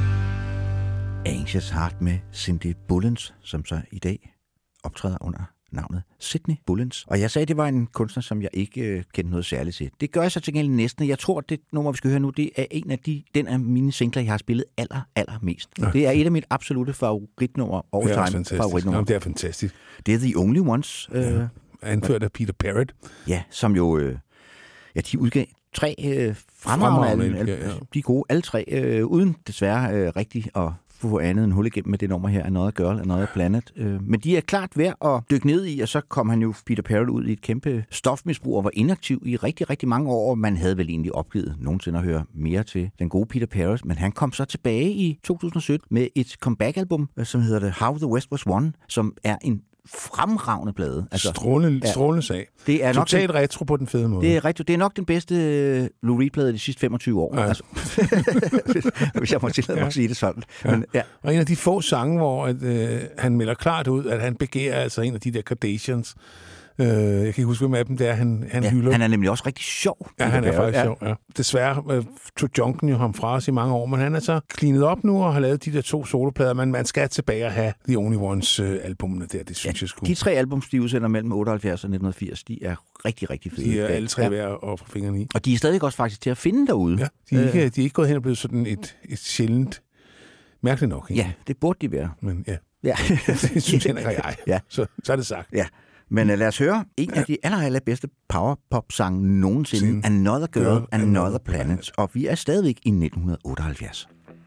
Anxious Heart med Cindy Bullens, som så i dag optræder under navnet Sidney Bullens. Og jeg sagde, at det var en kunstner, som jeg ikke kendte noget særligt til. Det gør jeg så til gengæld næsten. Jeg tror, at det nummer, vi skal høre nu, det er den af mine singler, jeg har spillet allermest. Okay. Det er et af mit absolutte favoritnummer, all-time favoritnummer. Jamen, det er fantastisk. Det er The Only Ones. Anført af Peter Parrott. Ja, som jo... de udgav 3 fremragende album. De er gode, alle 3, uden desværre rigtigt at få andet end hul igennem med det nummer her, Another Girl, Another Planet. Men de er klart værd at dykke ned i, og så kom han jo, Peter Parrott, ud i et kæmpe stofmisbrug og var inaktiv i rigtig, rigtig mange år. Man havde vel egentlig opgivet nogensinde at høre mere til den gode Peter Parrott, men han kom så tilbage i 2017 med et comeback-album, som hedder The How the West Was Won, som er en fremragende plade. Altså, strålende sag. Det er totalt retro på den fede måde. Det er nok den bedste Lou Reed-plade de sidste 25 år. Ja. Altså, hvis jeg må tillade mig at sige det sådan. Ja. Men, ja. Og en af de få sange, hvor han melder klart ud, at han begærer altså en af de der Kardashians. Jeg kan ikke huske, hvem af dem det er, han hylder. Han er nemlig også rigtig sjov. Ja, han er faktisk sjov. Ja. Desværre tog Junken jo ham fra os i mange år, men han er så cleanet op nu og har lavet de der 2 soloplader, men man skal tilbage og have The Only Ones albumene der, det synes jeg sgu. De 3 albums, de udsender mellem 78 og 1980, de er rigtig, rigtig fede. De er alle 3 værd at få fingrene i. Og de er stadig også faktisk til at finde derude. Ja, de er ikke gået hen og blevet sådan et sjældent, mærkeligt nok. Ikke? Ja, det burde de være. Men ja, ja. det synes jeg. Ja. Så er det sagt. Ja. Men lad os høre en af de allerbedste powerpop-sange nogensinde. Another Girl, Another Planet. Og vi er stadigvæk i 1978.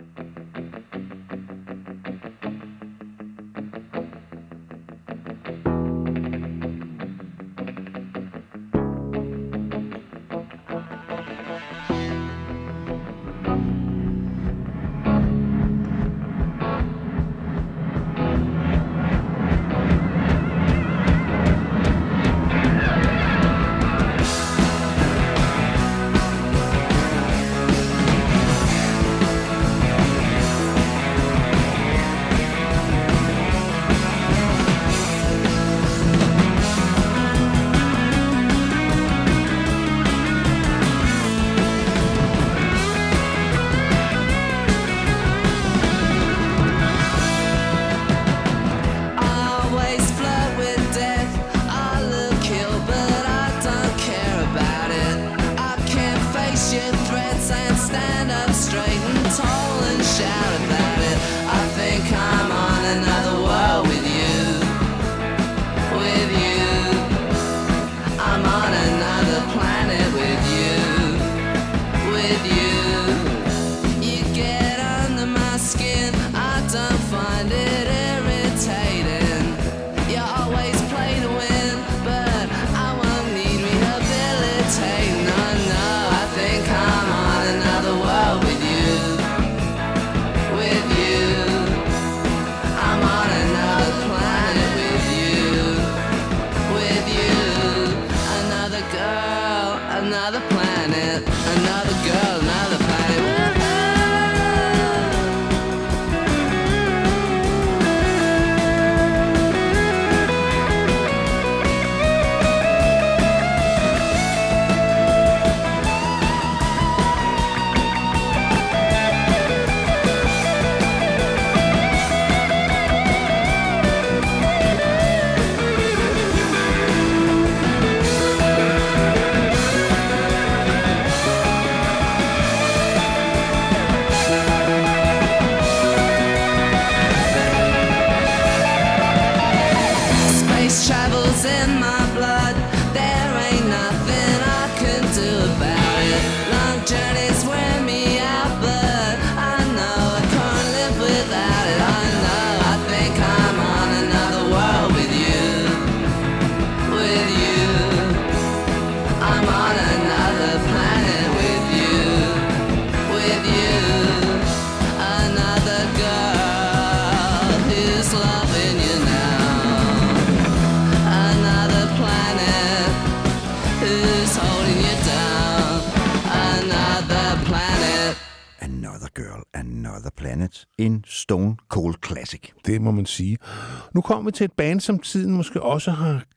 En Stone Cold Classic. Det må man sige. Nu kommer vi til et band, som tiden måske også har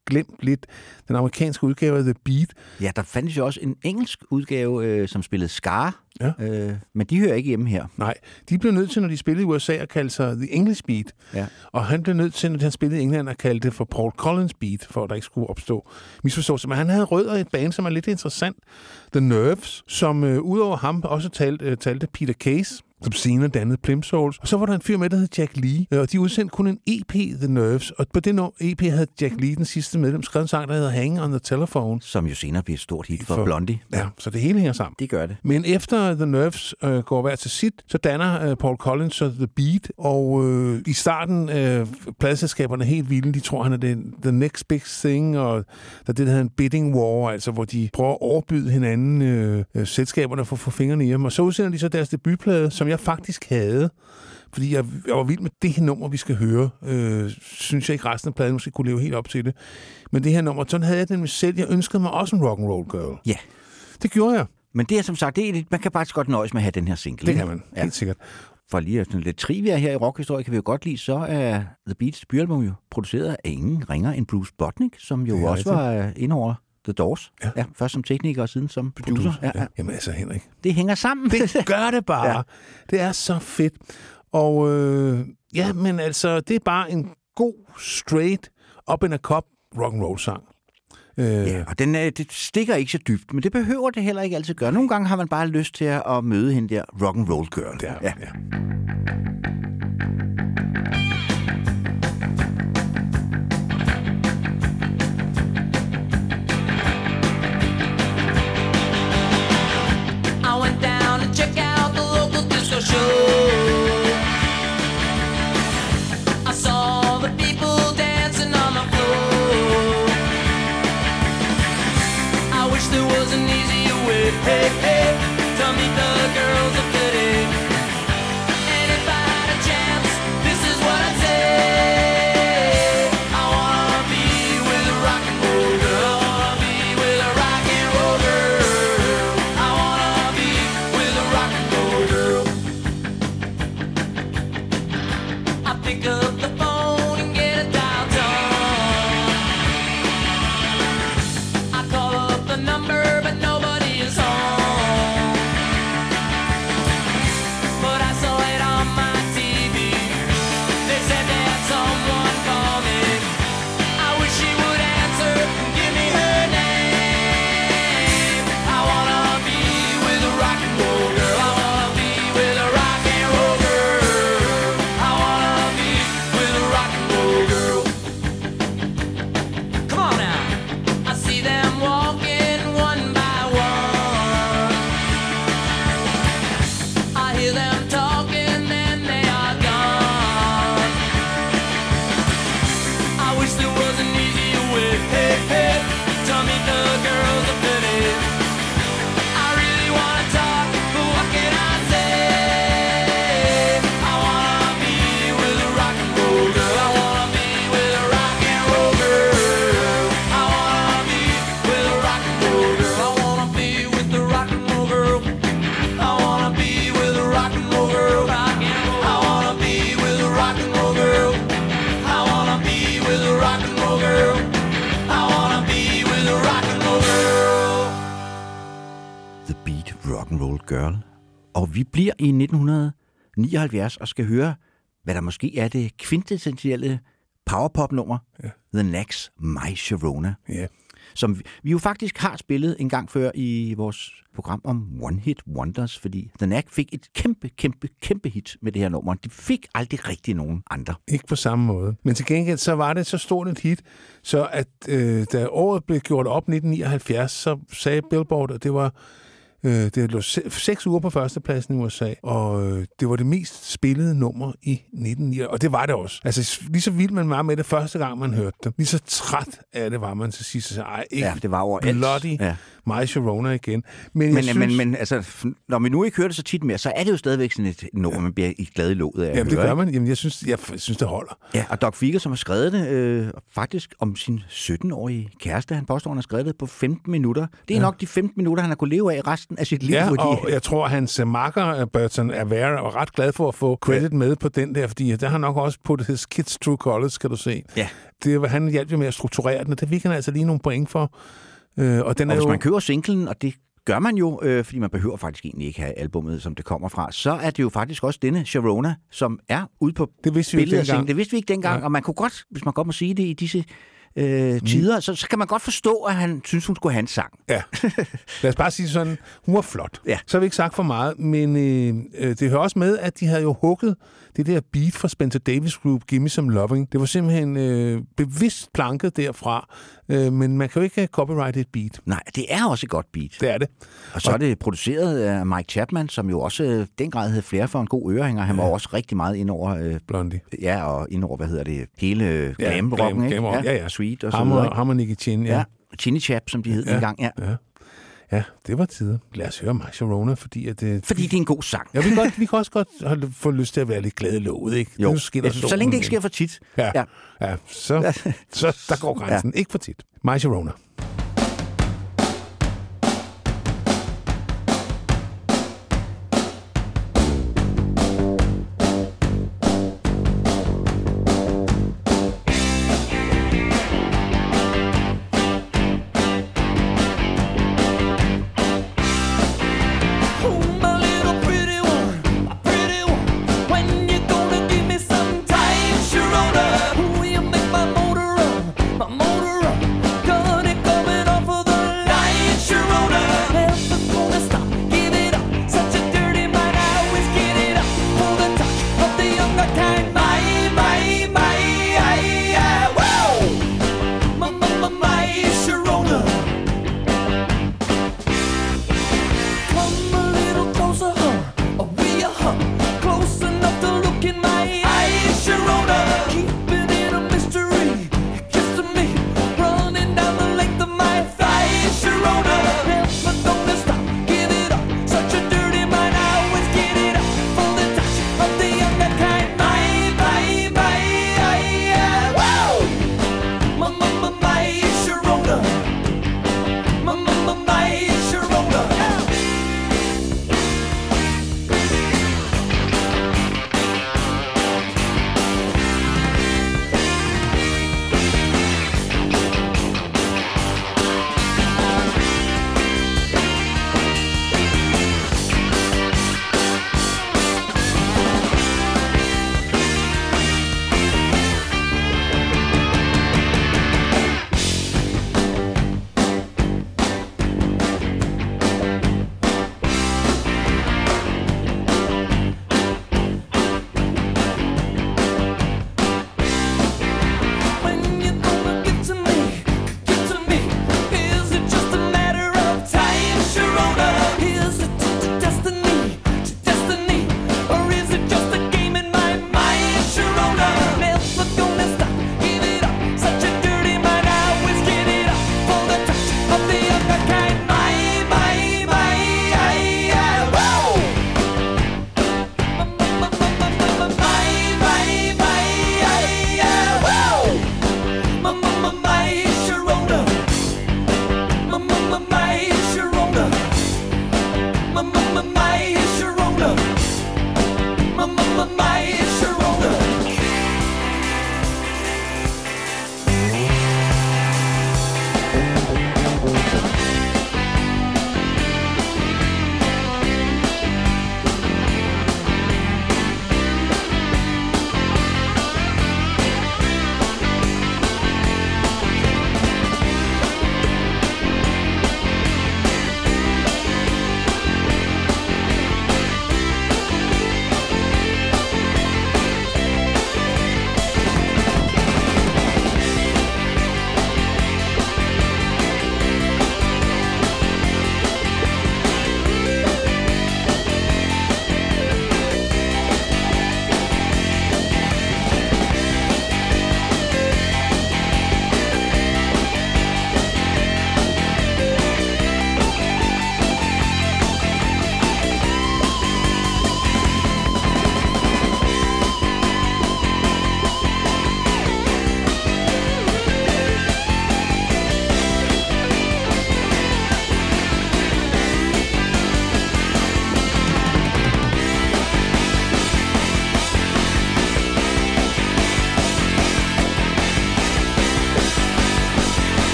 glemt lidt den amerikanske udgave af The Beat. Ja, der fandtes jo også en engelsk udgave, som spillede Scar, Ja. men de hører ikke hjemme her. Nej, de blev nødt til, når de spillede i USA, at kalde sig The English Beat. Ja. Og han blev nødt til, når han spillede i England, at kalde det for Paul Collins Beat, for at der ikke skulle opstå misforståelse. Men han havde rødder i et band, som er lidt interessant. The Nerves, som udover ham også talte Peter Case, som senere dannede Plimsouls. Og så var der en fyr med, der hed Jack Lee, og de udsendte kun en EP, The Nerves. Og på den EP havde Jack Lee, den sidste medlem, skrevet en sang, der hedder Hang on the Telephone. Som jo senere bliver et stort hit for Blondie. Ja, så det hele hænger sammen. Det gør det. Men efter The Nerves går hver til sit, så danner Paul Collins så The Beat, og i starten pladeselskaberne er helt vilde. De tror, han er the next big thing, og der er det, der hedder en bidding war, altså hvor de prøver at overbyde hinanden, selskaberne for at få fingrene i dem. Og så udsender de så deres debutplade, som jeg faktisk havde, fordi jeg var vild med det her nummer, vi skal høre. Synes jeg ikke, resten af pladen måske kunne leve helt op til det. Men det her nummer, sådan havde jeg den selv. Jeg ønskede mig også en rock'n'roll girl. Ja. Det gjorde jeg. Men det er som sagt, man kan faktisk godt nøjes med at have den her single. Det kan man, helt sikkert. For lige at sådan lidt trivia her i rockhistorie, kan vi jo godt lide, så er The Beats debutalbum jo produceret af ingen ringer end Bruce Botnick, som jo også var inde over The Doors. Ja, først som tekniker og siden som producer. Ja. Jamen altså, Henrik. Det hænger sammen. Det gør det bare. Ja. Det er så fedt. Og ja, men altså, det er bare en god, straight, up in a cup rock'n'roll sang. Ja, og det stikker ikke så dybt, men det behøver det heller ikke altid gøre. Nogle gange har man bare lyst til at møde hende der rock'n'roll girl. Ja. I went down to check out the local disco show. I saw the people dancing on the floor. I wish there was an easier way, hey, hey, to meet the girls of today. And if I had a chance, this is what I'd say. I wanna be with a rock and roll girl. I wanna be with a rock and roll girl. I wanna be with a rock and roll girl. I pick up the phone and get a dial tone. I call up the number, but nobody is home. But I saw it on my TV. They said they had someone call me. I wish she would answer and give me her name. I wanna be with a rock and roll girl. I wanna be with a rock and roll girl. I wanna be with a rock and roll girl. Come on now. I see them walking one by one. I hear them talking, then they are gone. I wish there was an easier way, hey, hey, to meet the girls of today. I really wanna talk, but what can I say? I wanna be with a rock and roll girl. I wanna be with a rock and roll girl. I wanna be with a rock and roll girl. I wanna be with the rock and roll girl. I wanna be with a rock and roll girl. I wanna be with a rock and roll girl. I wanna be with a rock and roll girl. I wanna be with a rock and roll girl. The Beat Rock'n'Roll Girl. Og vi bliver i 1979 og skal høre, hvad der måske er det kvintessentielle powerpop-nummer, The Knacks' My Sharona, Ja. som vi jo faktisk har spillet en gang før i vores program om One Hit Wonders, fordi The Knack fik et kæmpe hit med det her nummer. De fik aldrig rigtig nogen andre. Ikke på samme måde. Men til gengæld, så var det så stort et hit, så at da året blev gjort op 1979, så sagde Billboard, at det var det lå 6 uger på førstepladsen i USA, og det var det mest spillede nummer i 1979, og det var det også. Altså, lige så vild man var med det første gang, man hørte det, lige så træt af det var man til sidst. Ej, ikke Ja, det var overalt. Bloody My Sharona igen. Men altså, når vi nu ikke hører det så tit mere, så er det jo stadigvæk sådan et nummer, man bliver i glad i låget af. Jamen, det gør man. Jamen, jeg synes, det holder. Ja, og Doug Figer, som har skrevet det faktisk om sin 17-årige kæreste, han påstår, han har skrevet det på 15 minutter. Det er nok de 15 minutter, han har kunnet leve af. Resten resten af sit liv. Ja, fordi... og jeg tror, hans makker, Burton, er ret glad for at få credit med på den der, fordi der har nok også puttet his kids through college, kan du se. Ja. Han hjalp jo med at strukturere den, og det fik han altså lige nogle point for. Og den Og er hvis jo... man køber singlen, og det gør man jo, fordi man behøver faktisk egentlig ikke have albummet, som det kommer fra, så er det jo faktisk også denne Sharona, som er ude på Det vidste vi ikke billedet. dengang. Det vidste vi ikke dengang, Nej. og man kunne godt, hvis man godt må sige det i disse tider, så kan man godt forstå, at han synes, hun skulle have en sang. Ja. Lad os bare sige sådan, hun var flot. Ja. Så har vi ikke sagt for meget, men det hører også med, at de havde jo hugget det der beat fra Spencer Davis Group, Gimme Some Loving. Det var simpelthen bevidst planket derfra, men man kan jo ikke have copyrighted et beat. Nej, det er også et godt beat. Det er det. Og så er det produceret af Mike Chapman, som jo også den grad havde flere for en god ørehænger. Han var også rigtig meget ind over, Blondie. ja, og ind over, hele glam-rocken, ikke? glam rock. Ja. Sweet og så videre. Ham og Nicky Chin, ja. Ja, Chinny Chap, som de hed engang, ja. Ja, det var tider. Lad os høre My Sharona, fordi at det... Fordi det er en god sang. Ja, vi kan også godt få lyst til at være lidt glædelåget, ikke? Jo, Nu skinner så solen længe det ikke ind. sker for tit. Ja, så der går grænsen. Ikke for tit. My Sharona. Oh, my little pretty one, when you gonna give me some time, Sharona? Oh, you make my motor run, gonna come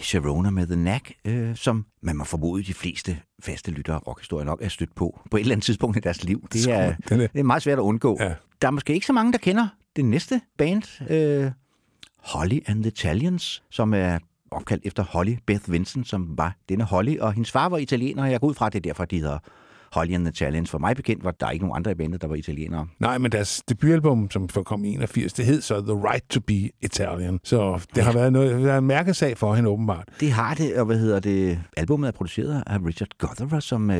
Sharona med The Knack, som man må formode de fleste faste lyttere af rockhistorie nok er stødt på et eller andet tidspunkt i deres liv. Det er meget svært at undgå. Ja. Der er måske ikke så mange, der kender det næste band, Holly and the Italians, som er opkaldt efter Holly Beth Vincent, som var denne Holly, og hendes far var italiener, og jeg går ud fra, at det er derfor, de hedder Holly and the Italians. For mig bekendt var der ikke nogen andre i bandet, der var italienere. Nej, men deres debutalbum, som kom i 81, det hed så The Right to be Italian. Så det har været en mærkesag for hende åbenbart. Det har det, og albumet er produceret af Richard Gotherer, som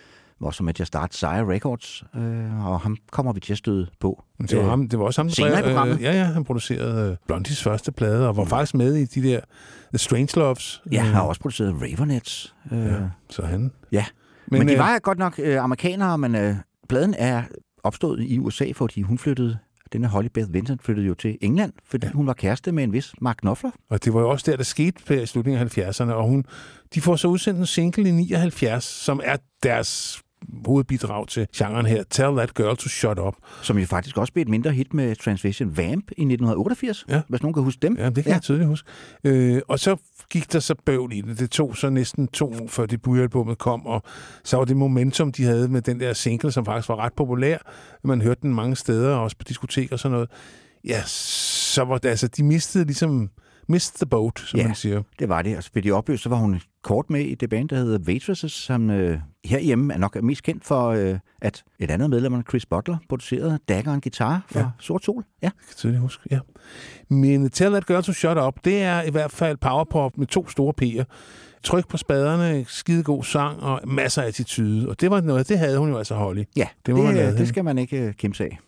var med til at starte Sire Records, og ham kommer vi til at støde på. Det var også ham, senere i programmet. Ja, han producerede Blondies første plade, og var faktisk med i de der The Strangeloves. Ja, han har også produceret Raveonettes. Så han... Ja, men de var godt nok amerikanere, men pladen er opstået i USA, fordi hun flyttede. Denne Holly Beth Vincent flyttede jo til England, fordi hun var kæreste med en vis Mark Knopfler. Og det var jo også der skete i slutningen af 70'erne, og de får så udsendt en single i 79, som er deres hovedbidrag til genren her, Tell That Girl to Shut Up. Som jo faktisk også blev et mindre hit med Transvision Vamp i 1988, hvis nogen kan huske dem. Ja, det kan jeg tydeligt huske. Og så gik der så bøvl i det. Det tog så næsten 2 år, før debutalbummet kom, og så var det momentum, de havde med den der single, som faktisk var ret populær. Man hørte den mange steder, også på diskoteker og sådan noget. Ja, så var det de mistede ligesom missed the boat, som man siger. Det var det. Og så blev de opløst, så var hun kort med i det band, der hedder Waitresses, som herhjemme er nok mest kendt for, at et andet medlem, Chris Butler, producerede Dagger and Guitar for Sort Sol. Ja, det kan tydeligt huske, ja. Men Tell That Girl to Shut Up, det er i hvert fald powerpop med 2 store P'er. Tryk på spaderne, skidegod sang og masser af attitude. Og det var noget, det havde hun jo altså, Holly. Ja, det skal man ikke kæmpe af.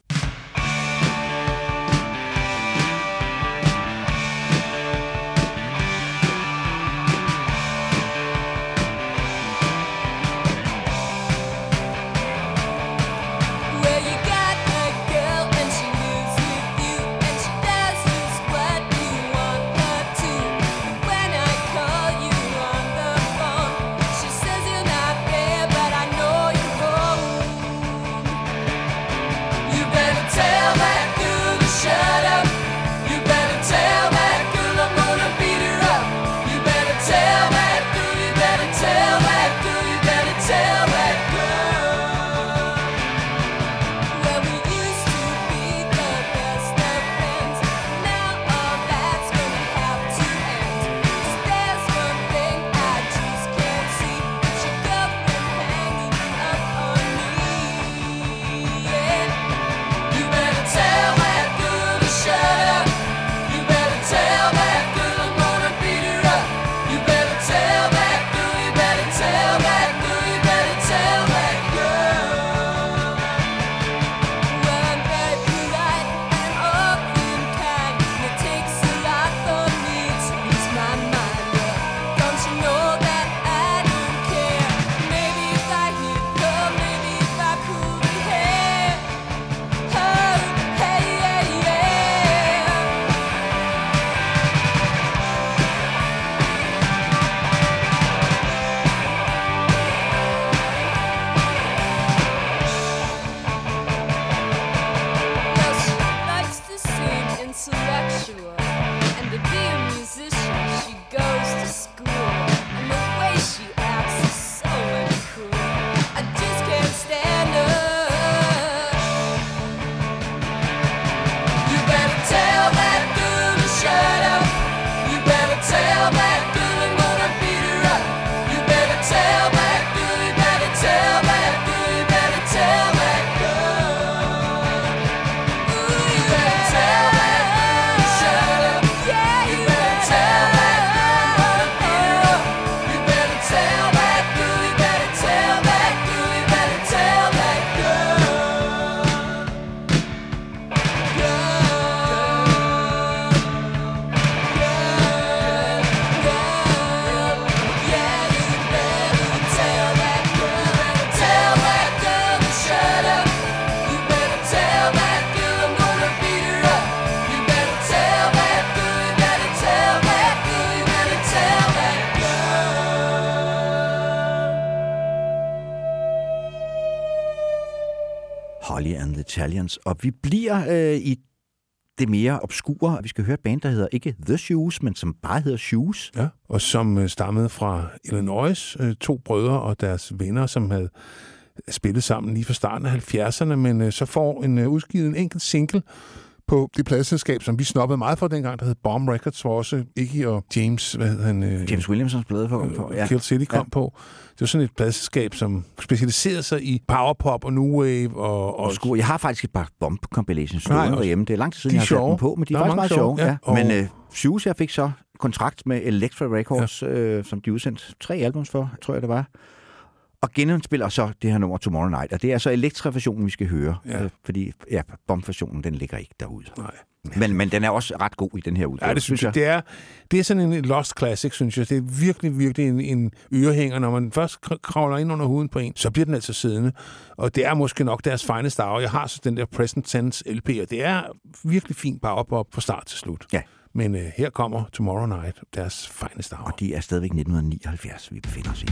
Holly and the Italians. Og vi bliver i det mere obskure. Vi skal høre et band, der hedder ikke The Shoes, men som bare hedder Shoes. Ja, og som stammede fra Illinois, 2 brødre og deres venner, som havde spillet sammen lige fra starten af 70'erne, men så får udgivet en enkelt single på det pladeselskab, som vi snobbede meget for dengang, der hed Bomb Records, hvor også Iggy og James, James Williamsons plade på. Ja. Kill City kom på. Det var sådan et pladeselskab, som specialiserede sig i powerpop og new wave og Skur. Jeg har faktisk et par Bomb-compilations stående derhjemme. Det er lang tid siden, jeg har sat dem på, men de er faktisk meget sjove. Ja. Men Shoes, jeg fik så kontrakt med Elektra Records, som de udsendte 3 albums for, tror jeg det var. Og genindspiller så det her nummer Tomorrow Night. Og det er så Elektra-versionen, vi skal høre. Fordi Bomb-versionen, den ligger ikke derude. Nej. Men den er også ret god i den her udgave. Ja, det synes jeg. Det er sådan en lost classic, synes jeg. Det er virkelig, virkelig en ørehænger. Når man først kravler ind under huden på en, så bliver den altså siddende. Og det er måske nok deres fineste hour. Jeg har så den der Present Tense LP, og det er virkelig fint powerpop fra start til slut. Ja. Men her kommer Tomorrow Night, deres fineste hour. Og det er stadigvæk 1979, vi befinder os i.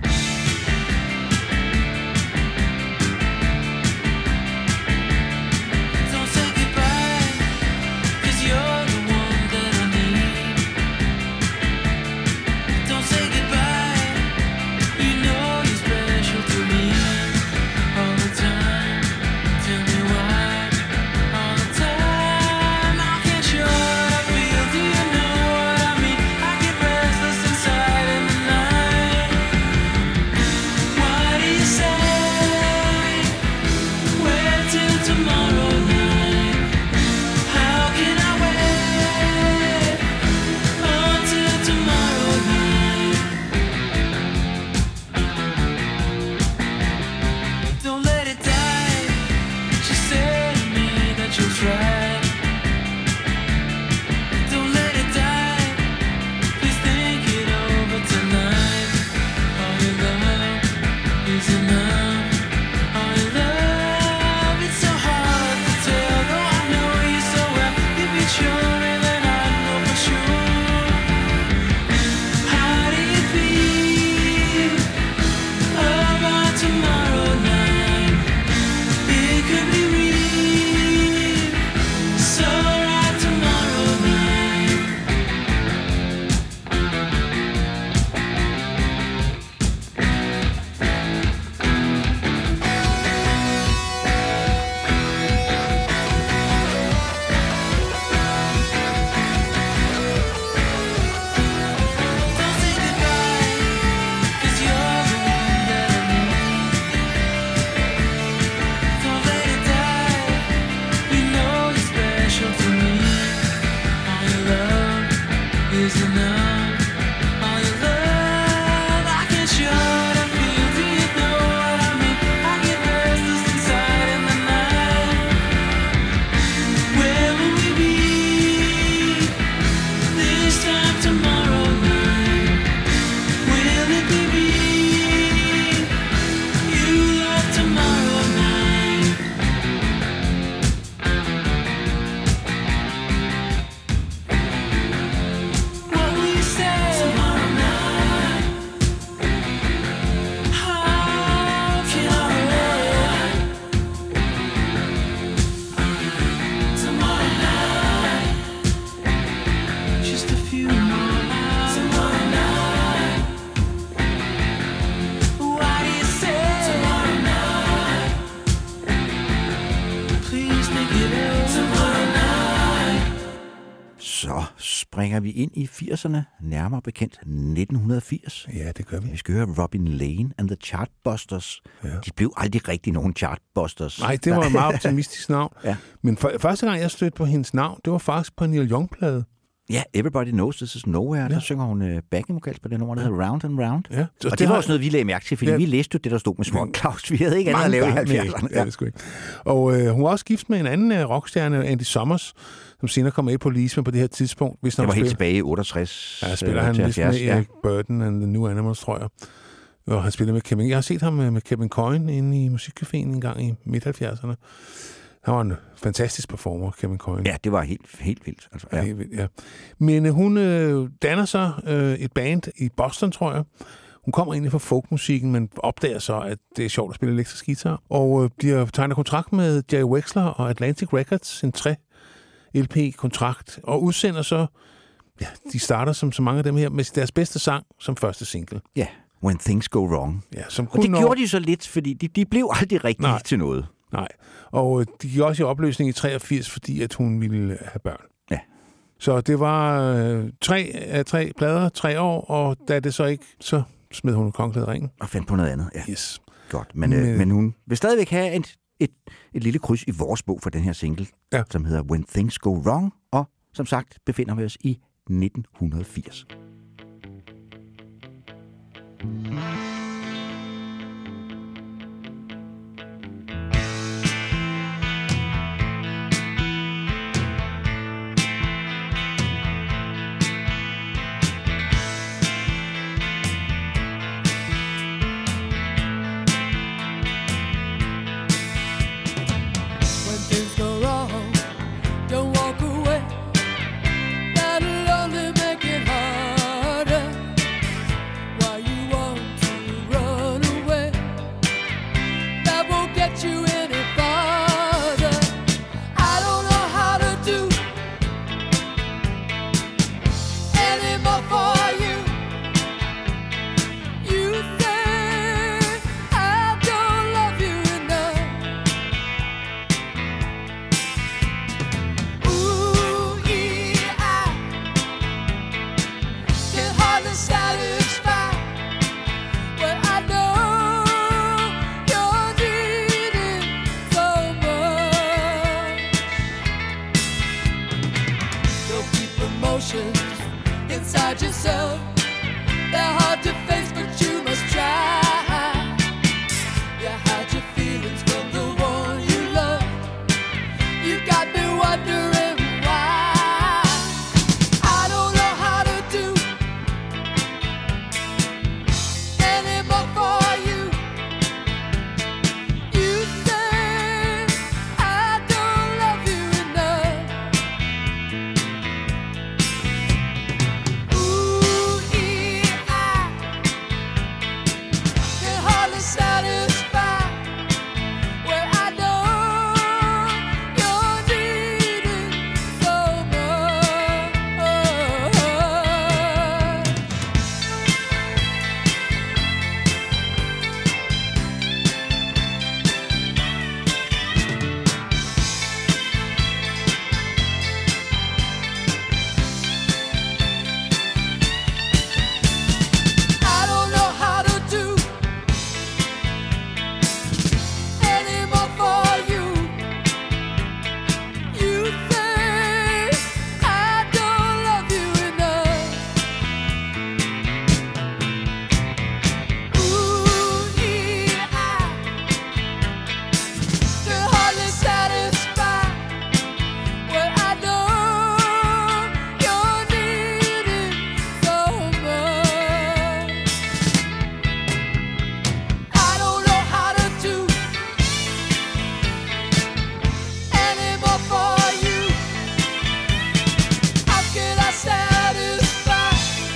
Springer vi ind i 80'erne, nærmere bekendt 1980. Ja, det gør vi. Vi skal høre Robin Lane and the Chartbusters. Ja. De blev aldrig rigtig nogen Chartbusters. Nej, det var et meget optimistisk navn. Ja. Men første gang, jeg stødte på hendes navn, det var faktisk på en Neil Young-plade. Ja, Everybody Knows This Is Nowhere. Ja. Der synger hun backing vocals på det nummer, der hedder Round and Round. Ja. Og det var også noget, vi lagde mærke til, fordi vi læste jo det, der stod med små Claus. Vi havde ikke andet at lave i 70'erne. Ja, det skulle ikke. Og hun var også gift med en anden rockstjerne, Andy Summers, som senere kom med på Policeman på det her tidspunkt. Det var helt tilbage i 68. Ja, spiller han med Eric Burden and the New Animals, tror jeg. Og han spiller med Kevin. Jeg har set ham med Kevin Coyne inde i Musikcaféen en gang i midt-70'erne. Han var en fantastisk performer, Kevin Coyne. Ja, det var helt vildt. Altså, ja. Helt vildt, ja. Men hun danner så et band i Boston, tror jeg. Hun kommer egentlig fra folkmusikken, men opdager så, at det er sjovt at spille elektrisk guitar. Og de har tegnet kontrakt med Jerry Wexler og Atlantic Records, LP-kontrakt, og udsender så, ja, de starter som så mange af dem her, med deres bedste sang som første single. Ja, When Things Go Wrong. Ja, som Og det gjorde de så lidt, fordi de blev aldrig rigtig til noget. Nej, og de gik også i opløsning i 83, fordi at hun ville have børn. Ja. Så det var 3 plader, 3 år, og da det så ikke, så smed hun kongeklædet ringen. Og fandt på noget andet, ja. Yes. Godt, men hun vil stadigvæk have et lille kryds i vores bog for den her single, som hedder When Things Go Wrong, og som sagt befinder vi os i 1980. When things go wrong, don't walk away. That'll only make it harder. Why you want to run away? That won't get you any farther. I don't know how to do any more for you. You say I don't love you enough. Ooh, I can hardly satisfy what I know you're needing so much. You'll keep emotions inside yourself. They're hard to face, but you must try. You hide your feelings from the one you love. You got me wondering why. I don't know how to do any more for you. You say I don't love you enough. Ooh, I can hardly satisfy where I know you're needing so much. I don't know how to do any more for you. You say I don't love you enough. Ooh, I can hardly satisfy what I know you're needing so much. I don't know how to do any more for you. How can I satisfy?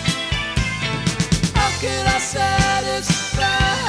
How can I satisfy?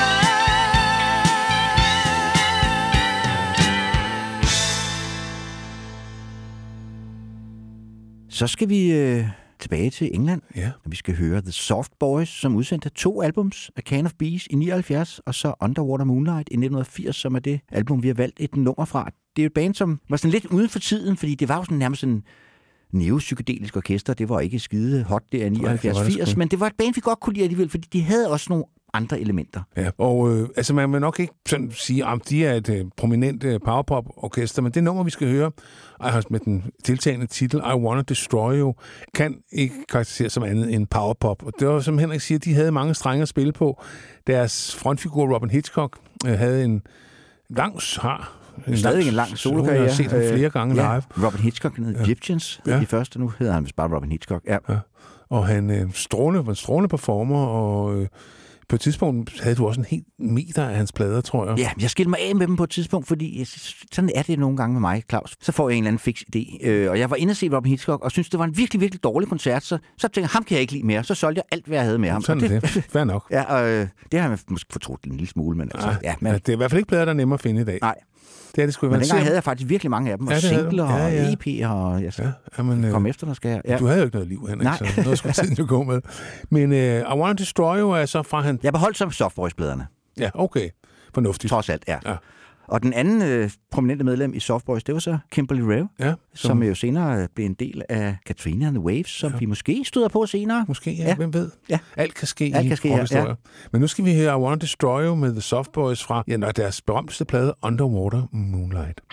Så skal vi tilbage til England. Ja. Vi skal høre The Soft Boys, som udsendte 2 albums, A Can of Bees i 79, og så Underwater Moonlight i 1980, som er det album, vi har valgt et nummer fra. Det er et band, som var sådan lidt uden for tiden, fordi det var jo sådan nærmest en neopsykedelisk orkester. Det var ikke skide hot der i 79-80, men det var et band, vi godt kunne lide alligevel, fordi de havde også nogle andre elementer. Ja, og altså man vil nok ikke sådan sige, at de er et prominent powerpop-orkester, men det nummer, vi skal høre, med den tiltagende titel I Wanna Destroy You, kan ikke karakteriseres som andet end powerpop. Og det var, som Henrik siger, de havde mange strenge at spille på. Deres frontfigur, Robin Hitchcock, havde en lang Stadig en lang solokarriere. Jeg har set ham flere gange live. Robin Hitchcock hed Egyptians, de første. Nu hedder han vist bare Robin Hitchcock. Ja. Og han var en strålende performer, og på et tidspunkt havde du også en helt meter af hans plader, tror jeg. Ja, jeg skilte mig af med dem på et tidspunkt, fordi sådan er det nogle gange med mig, Claus. Så får jeg en eller anden fix idé. Og jeg var inde og se Robin Hitchcock, og synes det var en virkelig, virkelig dårlig koncert. Så tænkte jeg, ham kan jeg ikke lide mere. Så solgte jeg alt, hvad jeg havde med ham. Sådan er det. Fair nok. Ja, og det har jeg måske fortrudt en lille smule, men altså... Det er i hvert fald ikke plader, der er nemmere at finde i dag. Nej. Det er det sgu. Men dengang havde jeg faktisk virkelig mange af dem, og singler og EP'er, og jeg kom efter, der skal jeg. Du havde jo ikke noget liv, Henrik, Nej. så noget skulle tiden jo gå med. Men I Want to Destroy You er så fra han... Jeg beholdt som Soft Boys-pladerne. Ja, okay. Fornuftigt. Trods alt, ja. Og den anden prominente medlem i Soft Boys, det var så Kimberly Rev, som jo senere blev en del af Katrina and the Waves, som vi måske støder på senere. Måske, ja. Hvem ved? Ja. Alt kan ske Alt i kan ske, rockhistorier. ja. Men nu skal vi høre I Want to Destroy You med The Soft Boys fra deres berømteste plade Underwater Moonlight.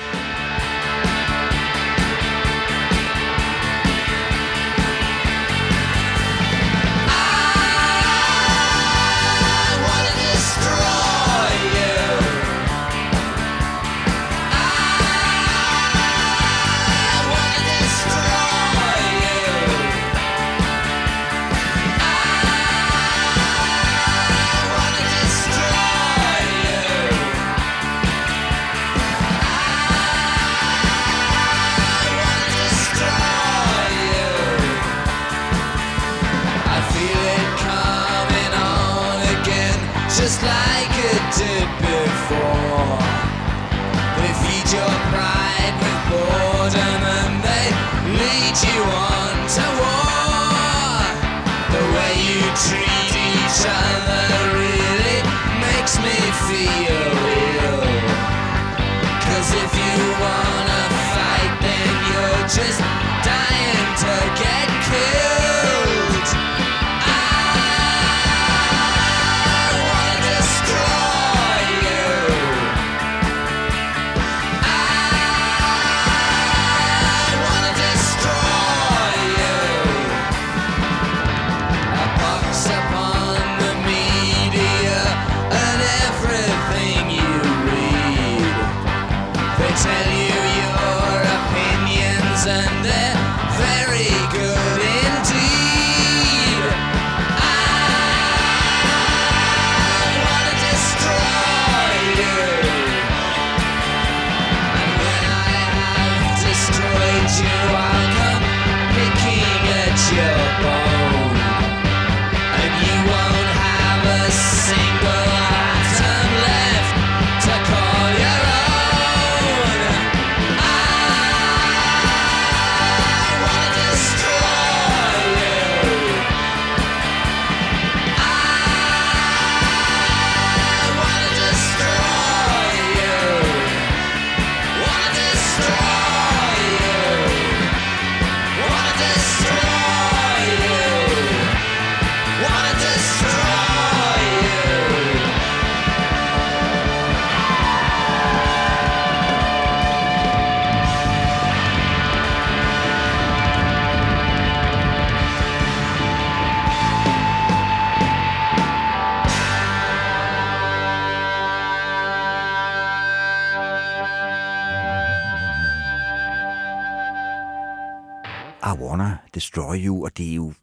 Just like it did before. They feed your pride with boredom and they lead you on to war. The way you treat each other really makes me feel ill. 'Cause if you wanna fight, then you're just dying to get killed. Tell you your opinions and they're very good indeed. I wanna destroy you. And when I have destroyed you, I'll come picking at your bone. And you won't have a single atom left to call your own. I Wanna Destroy You, og det er jo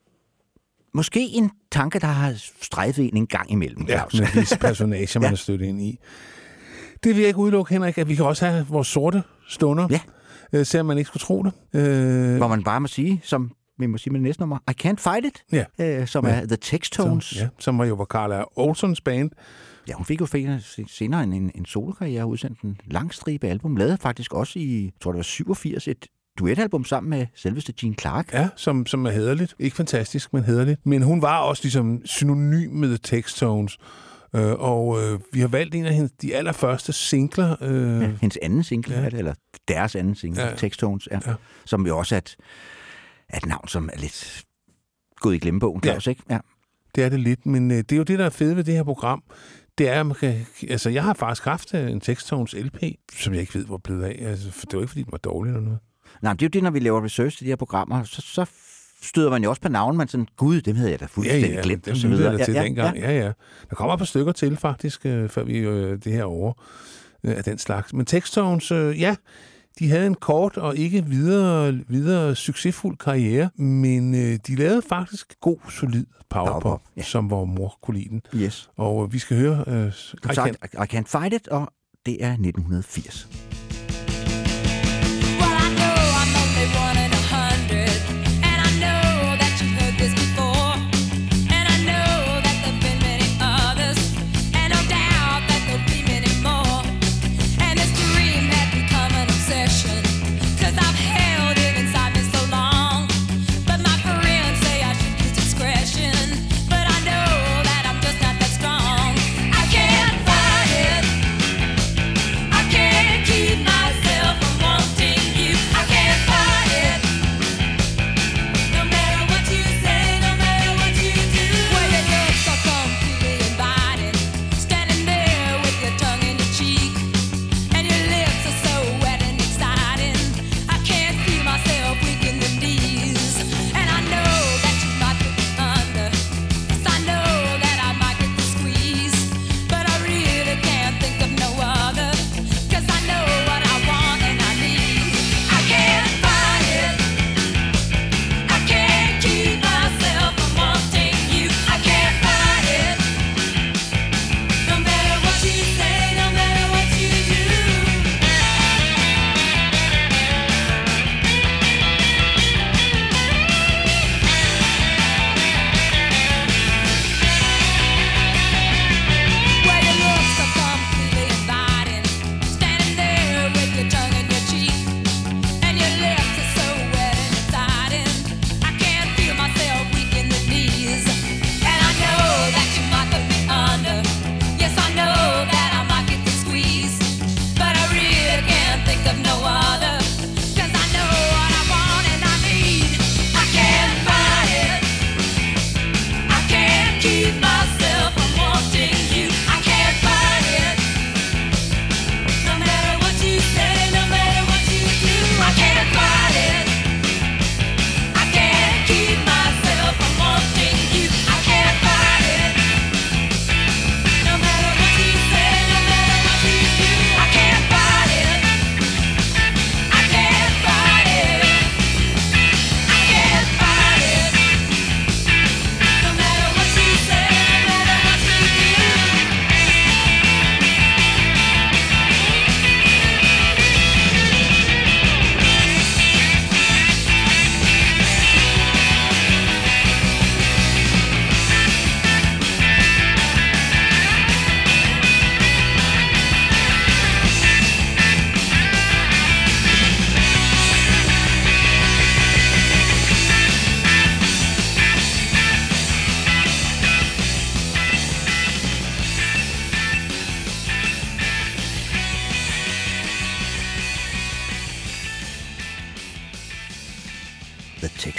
måske en tanke, der har strejfet en gang imellem. Ja, med disse personager, man har støttet ind i. Det vil jeg ikke udelukke, Henrik, at vi kan også have vores sorte stunder, selvom man ikke skulle tro det. Hvor man bare må sige, som vi må sige med det næste nummer, I Can't Fight It, som er The Textones. Som var jo Carla Olsons band. Ja, hun fik jo senere en solokarriere, udsendt en lang stribe album, lavede faktisk også i, tror det var 87, et duetalbum sammen med selveste Gene Clark. Ja, som er hæderligt. Ikke fantastisk, men hæderligt. Men hun var også ligesom synonym med The Textones. Og vi har valgt en af de allerførste singler. Hendes anden single, eller deres anden single, Textones, som jo også er et navn, som er lidt gået i glemmebogen, Claus, ikke? Ja. Det er det lidt, men det er jo det, der er fedt ved det her program. Det er, at man kan... Altså, jeg har faktisk haft en Textones LP, som jeg ikke ved, hvor blevet af. Altså, for det var ikke, fordi den var dårlig eller noget. Nej, men det er jo det, når vi laver research til de her programmer, så støder man jo også på navn, man sådan, gud, dem havde jeg da fuldstændig glemt. Dem lyttede jeg til dengang. Ja. Der kommer et par stykker til, faktisk, før vi det her over af den slags. Men Textones, de havde en kort og ikke videre succesfuld karriere, men de lavede faktisk god, solid powerpop, som vor mor kunne lide den. Yes. Og vi skal høre I Can't Fight It, og det er 1980. One in 100, and I know that you've heard this before, and I know that there've been many others, and no doubt that there'll be many more. And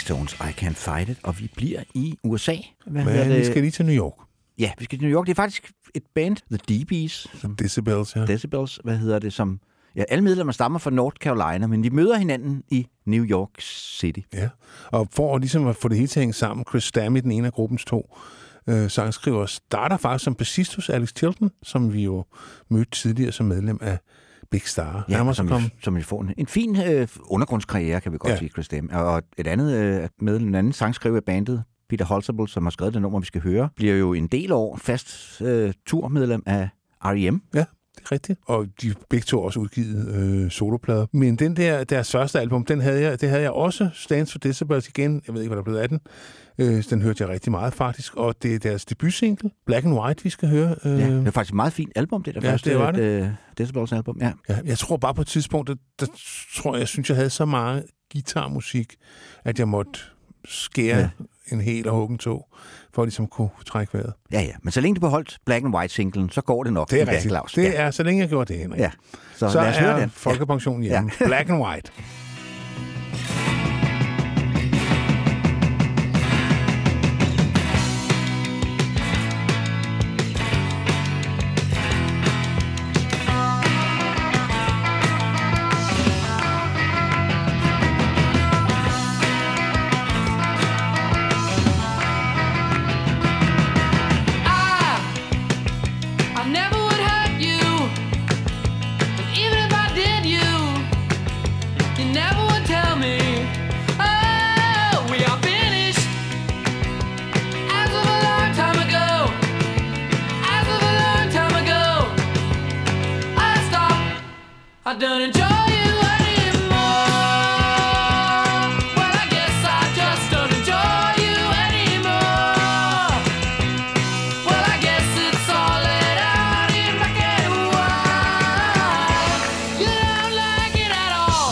Stones, I Can't Fight It, og vi bliver i USA. Men vi skal lige til New York. Ja, vi skal til New York. Det er faktisk et band, The DB's, som Decibels, ja. Decibels, som... Ja, alle medlemmer stammer fra North Carolina, men de møder hinanden i New York City. Ja, og for ligesom at få det hele til at hænge sammen, Chris Stammy, den ene af gruppens 2 sangskriver, starter faktisk som bassist hos Alex Chilton, som vi jo mødte tidligere som medlem af Big Star. Ja, som vi får en fin undergrundskarriere, kan vi godt sige, Chris Stammy. Og et andet medlem, en anden sangskriver i bandet, Peter Holzapfel, som har skrevet det nummer, vi skal høre, bliver jo en del år fast turmedlem af R.E.M. Ja. Det er rigtigt. Og de begge 2 også udgivet soloplader. Men den der, deres første album, det havde jeg også, Stands for Decibels igen. Jeg ved ikke, hvad der blev af den. Den hørte jeg rigtig meget, faktisk. Og det er deres debutsingle, Black and White, vi skal høre. Ja, det er faktisk et meget fint album, det der første det var det. Decibels album. Ja. Ja, jeg tror bare på et tidspunkt, der tror jeg synes, jeg havde så meget guitarmusik, at jeg måtte skære en hel og huggen tog, for at ligesom kunne trække vejret. Ja, men så længe du beholdt Black and White-singlen, så går det nok. Det er rigtigt. Claus. Det er, så længe jeg gjorde det, Henrik. Ja. Så lad os høre er den. Folkepension hjemme. Ja. Black and White. I never would hurt you, but even if I did, you never would tell me. Oh, we are finished, as of a long time ago, as of a long time ago. I stopped, I don't enjoy you anymore. Well, I guess I just don't enjoy you anymore. Well, I guess it's all let out in black and white. You don't like it at all.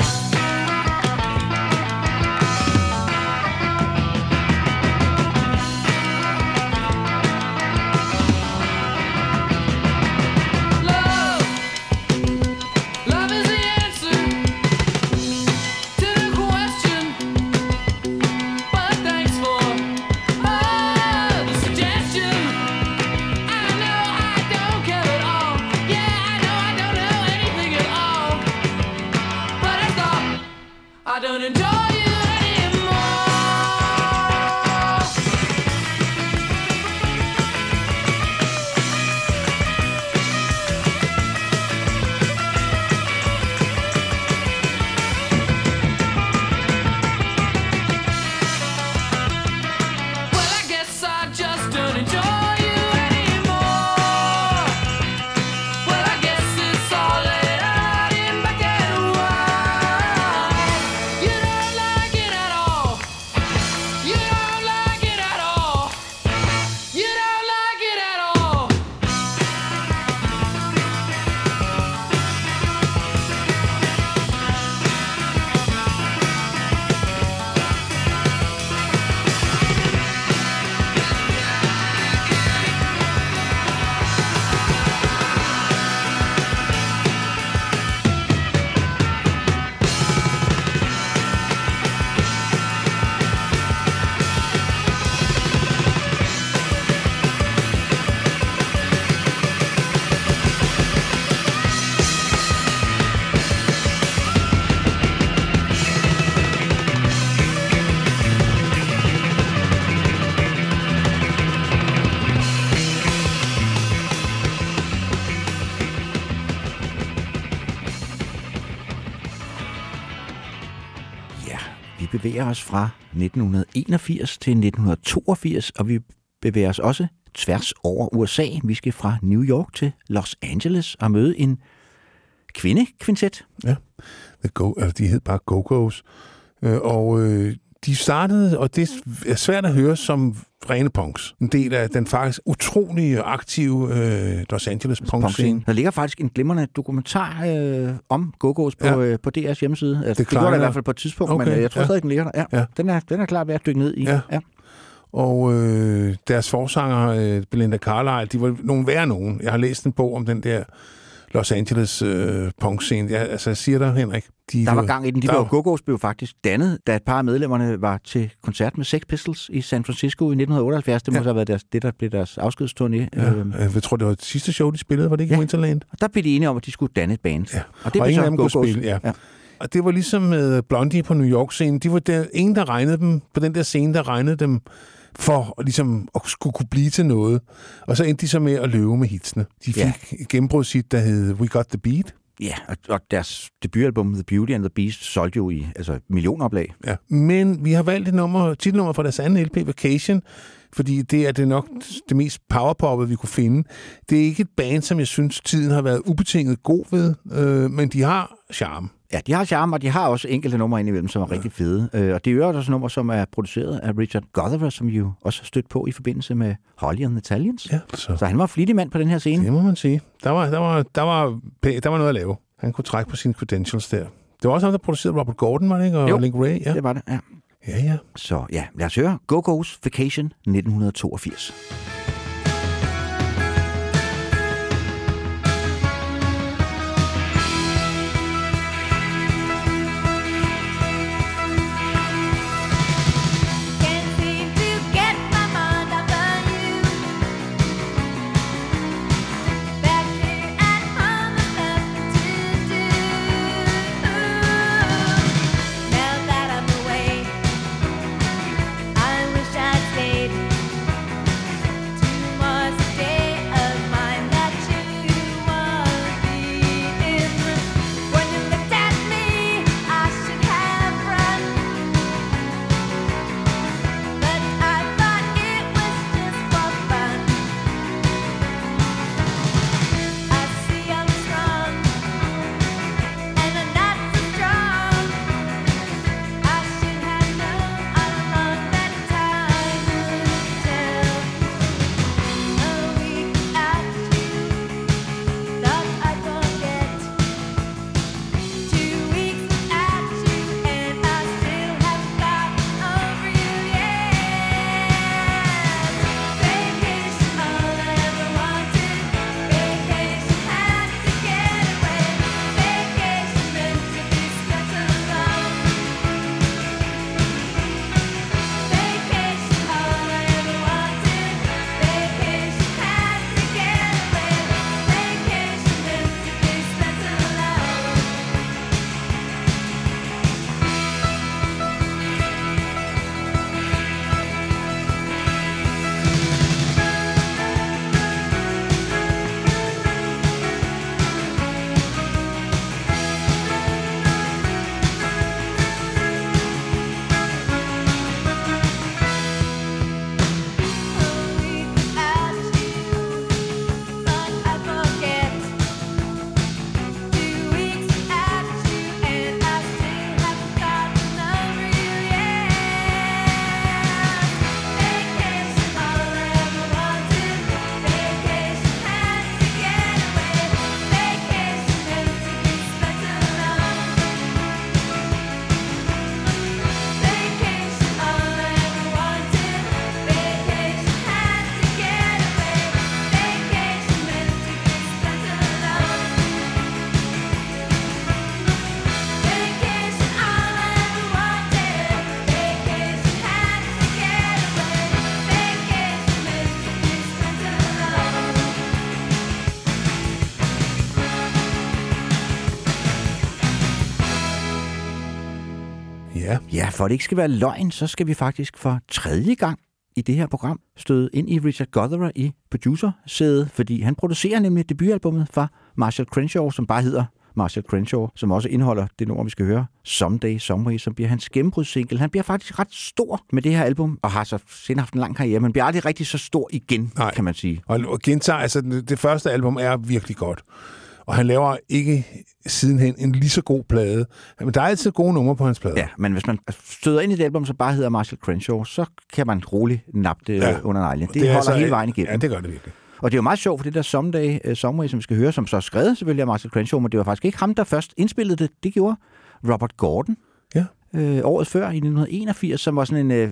Love is the answer to the question. But thanks for the suggestion. I know I don't care at all. Yeah, I know I don't know anything at all. But I thought I don't enjoy you anymore. Well, I guess I just don't enjoy you anymore. Well, I guess it's all let out in black and white. You don't like it at all. You don't like it at all. You don't like it at all. Ja, vi bevæger os fra 1981 til 1982, og vi bevæger os også tværs over USA. Vi skal fra New York til Los Angeles og møde en kvindekvintet. Ja, de hed bare Go-Go's. Og de startede, og det er svært at høre, som rene punks. En del af den faktisk utrolig aktive Los Angeles punkscene. Der ligger faktisk en glimrende dokumentar om Go-Go's på DR's hjemmeside. Altså, det gjorde der i hvert fald på et tidspunkt, men jeg tror stadig, den ligger der. Ja. Den er klar ved at dykke ned i. Ja. Og deres forsanger, Belinda Carlisle, de var nogle værre nogen. Jeg har læst en bog om den der Los Angeles punkscene. Ja, altså, jeg siger dig, Henrik. Der var gang i den. Go-Go's blev faktisk dannet, da et par af medlemmerne var til koncert med Sex Pistols i San Francisco i 1978. Det må have været det, der blev deres afskedsturné. Jeg tror, det var det sidste show, de spillede, var det ikke i Winterland? Og der blev de enige om, at de skulle danne et band. Ja. Og det og blev ingen så af dem kunne Go-Go's. spille, ja. Og det var ligesom med Blondie på New York-scenen. De var ingen, der regnede dem, på den der scene, der regnede dem for ligesom at skulle kunne blive til noget. Og så endte de så med at løbe med hitsene. De fik et gennembrudshit, der hed We Got The Beat. Ja, og deres debutalbum The Beauty and the Beast solgte jo i millionoplag. Ja. Men vi har valgt et titelnummer fra deres anden LP, Vacation, fordi det er det nok det mest powerpoppede, vi kunne finde. Det er ikke et band, som jeg synes, tiden har været ubetinget god ved, men de har charme. Ja, de har charme, og de har også enkelte numre indimellem, som er rigtig fede. Og det er jo også nummer, som er produceret af Richard Gotherer, som jo også har stødt på i forbindelse med Holly and the Italians. Ja, så han var flittig mand på den her scene. Det må man sige. Der var noget at lave. Han kunne trække på sine credentials der. Det var også ham, der producerede Robert Gordon, var det ikke? Og jo, Link Ray. Ja, det var det, ja. Ja. Så ja, lad os høre Go-Go's Vacation 1982. Ja, for det ikke skal være løgn, så skal vi faktisk for tredje gang i det her program støde ind i Richard Gotherer i producer-sædet, fordi han producerer nemlig debutalbummet fra Marshall Crenshaw, som bare hedder Marshall Crenshaw, som også indeholder det nummer, vi skal høre, Someday, Someway, som bliver hans gennembrudssingle. Han bliver faktisk ret stor med det her album, og har så senere haft en lang karriere, men bliver aldrig rigtig så stor igen, kan man sige. Og gentager, altså det første album er virkelig godt. Og han laver ikke sidenhen en lige så god plade. Men der er altid gode numre på hans plade. Ja, men hvis man støder ind i det album, som bare hedder Marshall Crenshaw, så kan man roligt nappe det under neglen. Det holder altså hele vejen igennem. Ja, det gør det virkelig. Og det er jo meget sjovt, for det der Someday, Someway, som vi skal høre, som så er skrevet selvfølgelig af Marshall Crenshaw, men det var faktisk ikke ham, der først indspillede det. Det gjorde Robert Gordon. Ja. Året før, i 1981, som var sådan en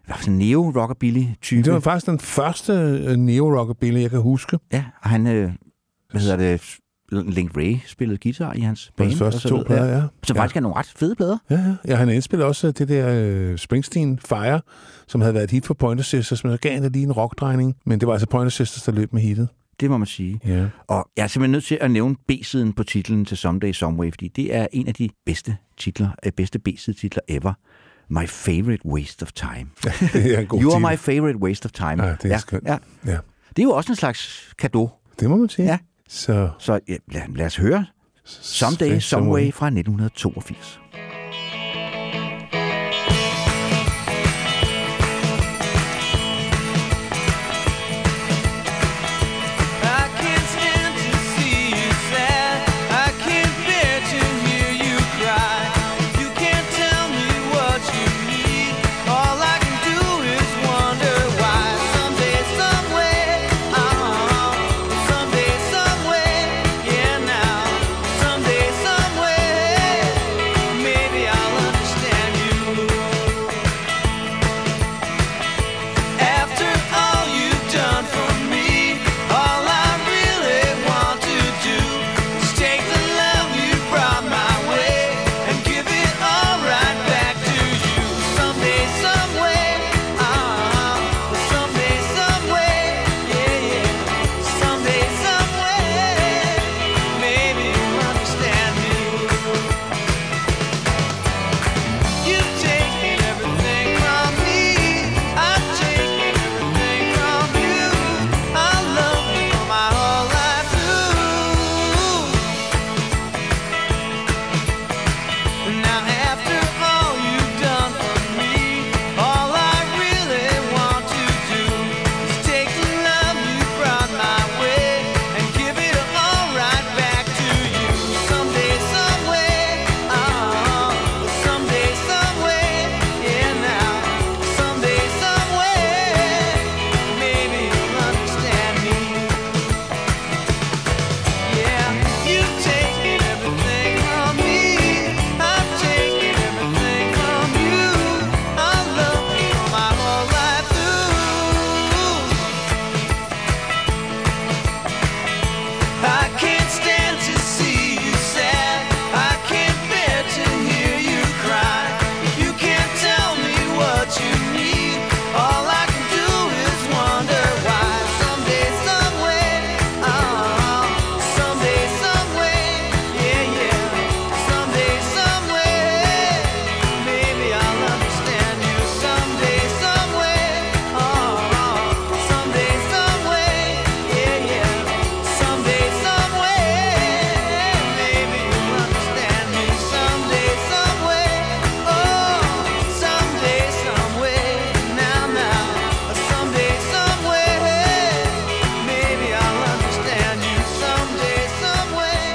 neo-rockabilly-type. Det var faktisk den første neo-rockabilly, jeg kan huske. Ja, og han, Link Ray spillede guitar i hans På band. de første og så 2 videre. plader, ja. Så faktisk er nogle ret fede plader. Ja, han indspillede også det der Springsteen Fire, som havde været et hit for Pointer Sisters, men så gav han det lige en rockdrejning. Men det var altså Pointer Sisters, der løb med hittet. Det må man sige. Ja. Og jeg er simpelthen nødt til at nævne B-siden på titlen til Someday, Someway, fordi det er en af de bedste titler, bedste B-side-titler ever. My favorite waste of time. Det er en god You titel. are my favorite waste of time. Ja, det er skønt. Ja. Ja. Det er jo også en slags cadeau. Det må man sige. Ja. Så ja, lad os høre Someday, Someway fra 1982. I can't stand to see you sad. I can't bear to hear you cry. You can't tell me what you need. All I can do is wonder why. Someday, someway, someday, someway, yeah now. Someday, someway, maybe I'll understand you. After all you've done for me, all I really want to do is take the love you brought my way and give it all right back to you. Someday, someway, someday, someway, yeah, yeah. Someday, someway, maybe you'll understand me. You've taken everything from me. I've taken everything from you. I love you for my whole life through. Now after all you've done for me, all I really want to do is take the love you brought my way and give it all right back to you. Someday, someway, someday, someway, yeah now. Someday, someway, maybe you'll understand me. Yeah, you've taken everything from me. I've taken everything from you. I love you for my whole life through. I can't stand to see you sad. I can't bear to hear you cry. If you can't tell me what you need, all I can do is wonder why. Someday, someway, someday, someway, yeah, yeah. Someday, someway, maybe I'll understand you. Someday, someway, someday, someway, yeah, yeah. Someday, someway, maybe you'll understand me. Someday, someway, someday, someway, now, now. Someday, someway, maybe I'll understand you. Someday, someway,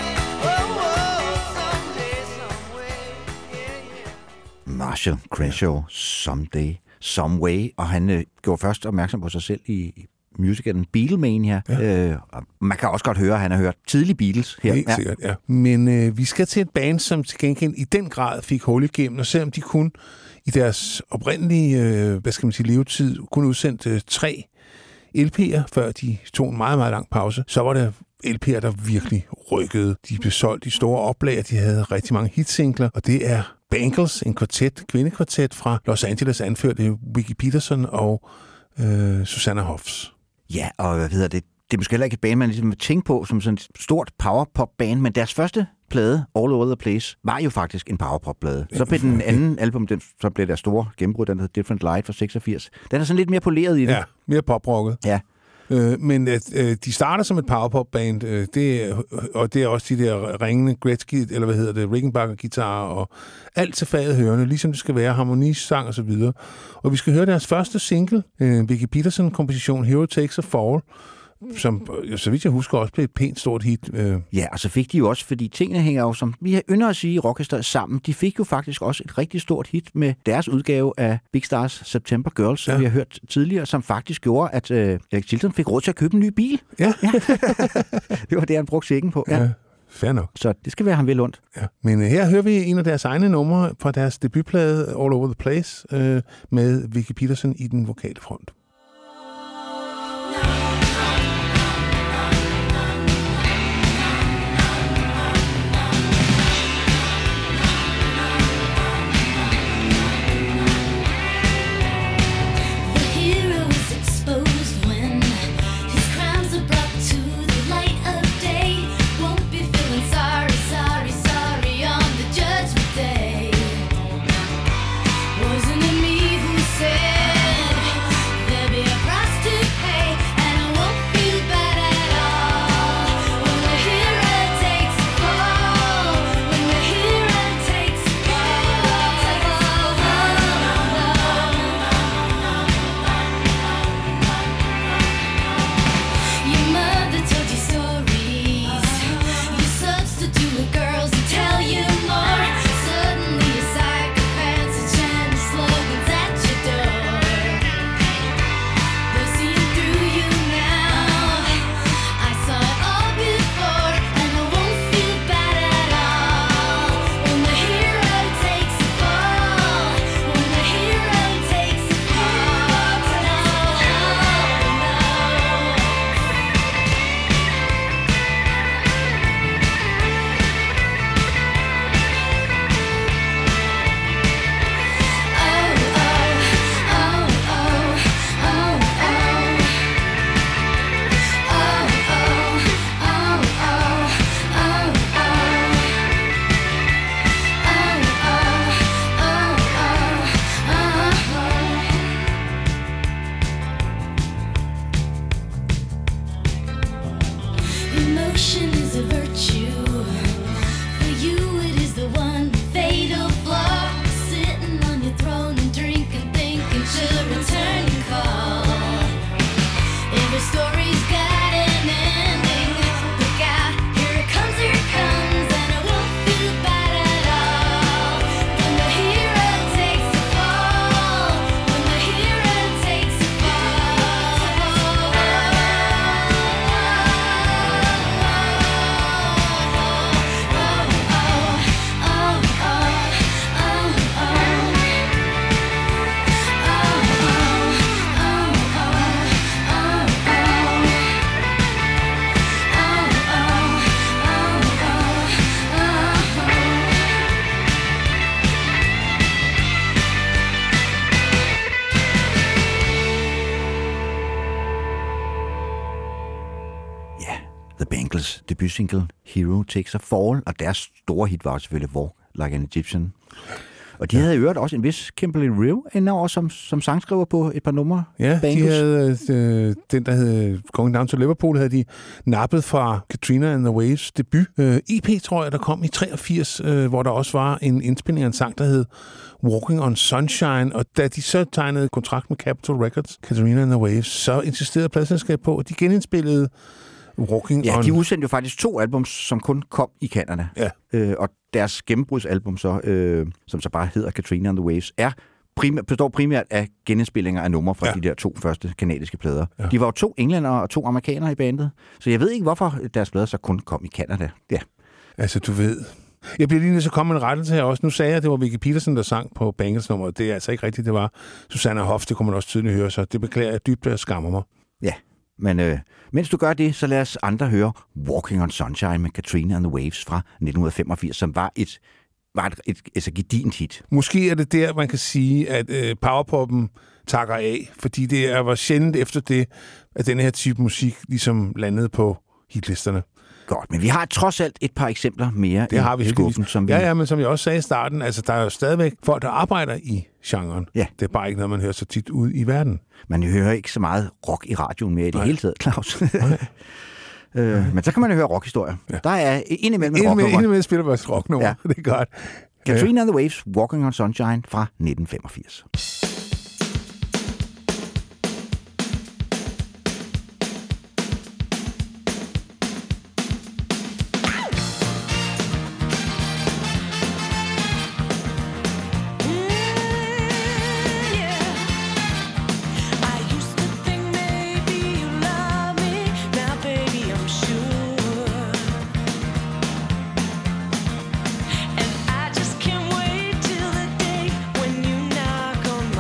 someday, someway, yeah, yeah. Marshall Crenshaw, Someday, Someway. Og han gjorde først opmærksom på sig selv i musicalen Beatlemania. Og man kan også godt høre, at han har hørt tidlig Beatles her. helt sikkert, ja. Men vi skal til et band, som til gengæld i den grad fik hul igennem, og selvom de kun i deres oprindelige, levetid, kun udsendte 3 LP'er, før de tog en meget, meget lang pause, så var det LP'er, der virkelig rykkede. De blev solgt i store oplag, og de havde rigtig mange hitsingler, og det er Bangles, en kvindekvartet fra Los Angeles, anført af Vicky Peterson og Susanna Hoffs. Ja, og hvad hedder det? Det er måske heller ikke et band, man ligesom vil tænke på som sådan et stort powerpop-band, men deres første plade, All Over the Place, var jo faktisk en powerpop-plade. Så blev den anden album, så blev der store gennembrud, den hedder Different Light fra 86. Den er sådan lidt mere poleret i det. Ja, mere poprocket. Ja. Men de starter som et powerpop-band, og det er også de der ringende Gretzky, eller hvad hedder det, Rickenbacker-guitarer, og alt til faget hørende, ligesom det skal være, harmonisang og så videre. Og vi skal høre deres første single, Vicky Peterson-komposition, Hero Takes a Fall, som, så vidt jeg husker, også blev et pænt stort hit. Ja, og så fik de jo også, fordi tingene hænger jo, som vi ynder at sige i rockhistorie, sammen. De fik jo faktisk også et rigtig stort hit med deres udgave af Big Stars September Girls, som vi har hørt tidligere, som faktisk gjorde, at Eric Chilton fik råd til at købe en ny bil. Ja. Det var det, han brugte checken på. Ja. Fair nok. Så det skal være ham vel ondt. Ja. Men her hører vi en af deres egne numre fra deres debutplade All Over the Place med Vicky Peterson i den vokale front. Devotion is a virtue. For you, it is the one fatal flaw. Sitting on your throne and drinking, thinking to return your call. Every story's got an ending. Look out, here it comes, and it won't feel bad at all. When the hero takes a fall, when the hero takes a Ja, The Bangles debutsingle Hero Takes a Fall, og deres store hit var selvfølgelig Walk Like an Egyptian. Og de havde i øvrigt også en vis Kimberly Rew indover som sangskriver på et par numre. Ja, Bangles. de havde den, der hed Going Down to Liverpool, havde de nappet fra Katrina and the Waves debut. EP, tror jeg, der kom i 83, hvor der også var en indspilning af en sang, der hed Walking on Sunshine. Og da de så tegnede kontrakt med Capitol Records, Katrina and the Waves, så insisterede pladselskabet på, at de genindspillede Walking Ja, on... de udsendte jo faktisk 2 albums, som kun kom i Canada. Ja. Og deres gennembrudsalbum, så, som så bare hedder Katrina and the Waves, består primært af genindspillinger af numre fra de der 2 første kanadiske plader. Ja. De var jo 2 englændere og 2 amerikanere i bandet, så jeg ved ikke, hvorfor deres plader så kun kom i Canada. Ja. Altså, du ved... Jeg bliver lige nødt til at komme med en rettelse her også. Nu sagde jeg, at det var Vicky Peterson, der sang på Bangles-nummeret. Det er altså ikke rigtigt, det var Susanna Hoff. Det kunne man også tydeligt høre, så det beklager jeg dybt, og skammer mig. Ja, men mens du gør det, så lad os andre høre Walking on Sunshine med Katrina and the Waves fra 1985, som var et gedigent hit. Måske er det der, man kan sige, at powerpoppen takker af, fordi det var sjældent efter det, at denne her type musik ligesom landede på hitlisterne. Godt, men vi har trods alt et par eksempler mere Det har vi i skuffen, som vi... Ja, men som jeg også sagde i starten, altså der er jo stadigvæk folk, der arbejder i genren. Ja. Det er bare ikke noget, man hører så tit ud i verden. Man hører ikke så meget rock i radioen mere i det hele taget, Claus. Men så kan man jo høre rockhistorier. Ja. Der er indimellem rocknummer. Indimellem spiller vi også rocknummer. Ja. Det er godt. Katrina and the Waves, Walking on Sunshine fra 1985. And I just can't wait till the day when you knock on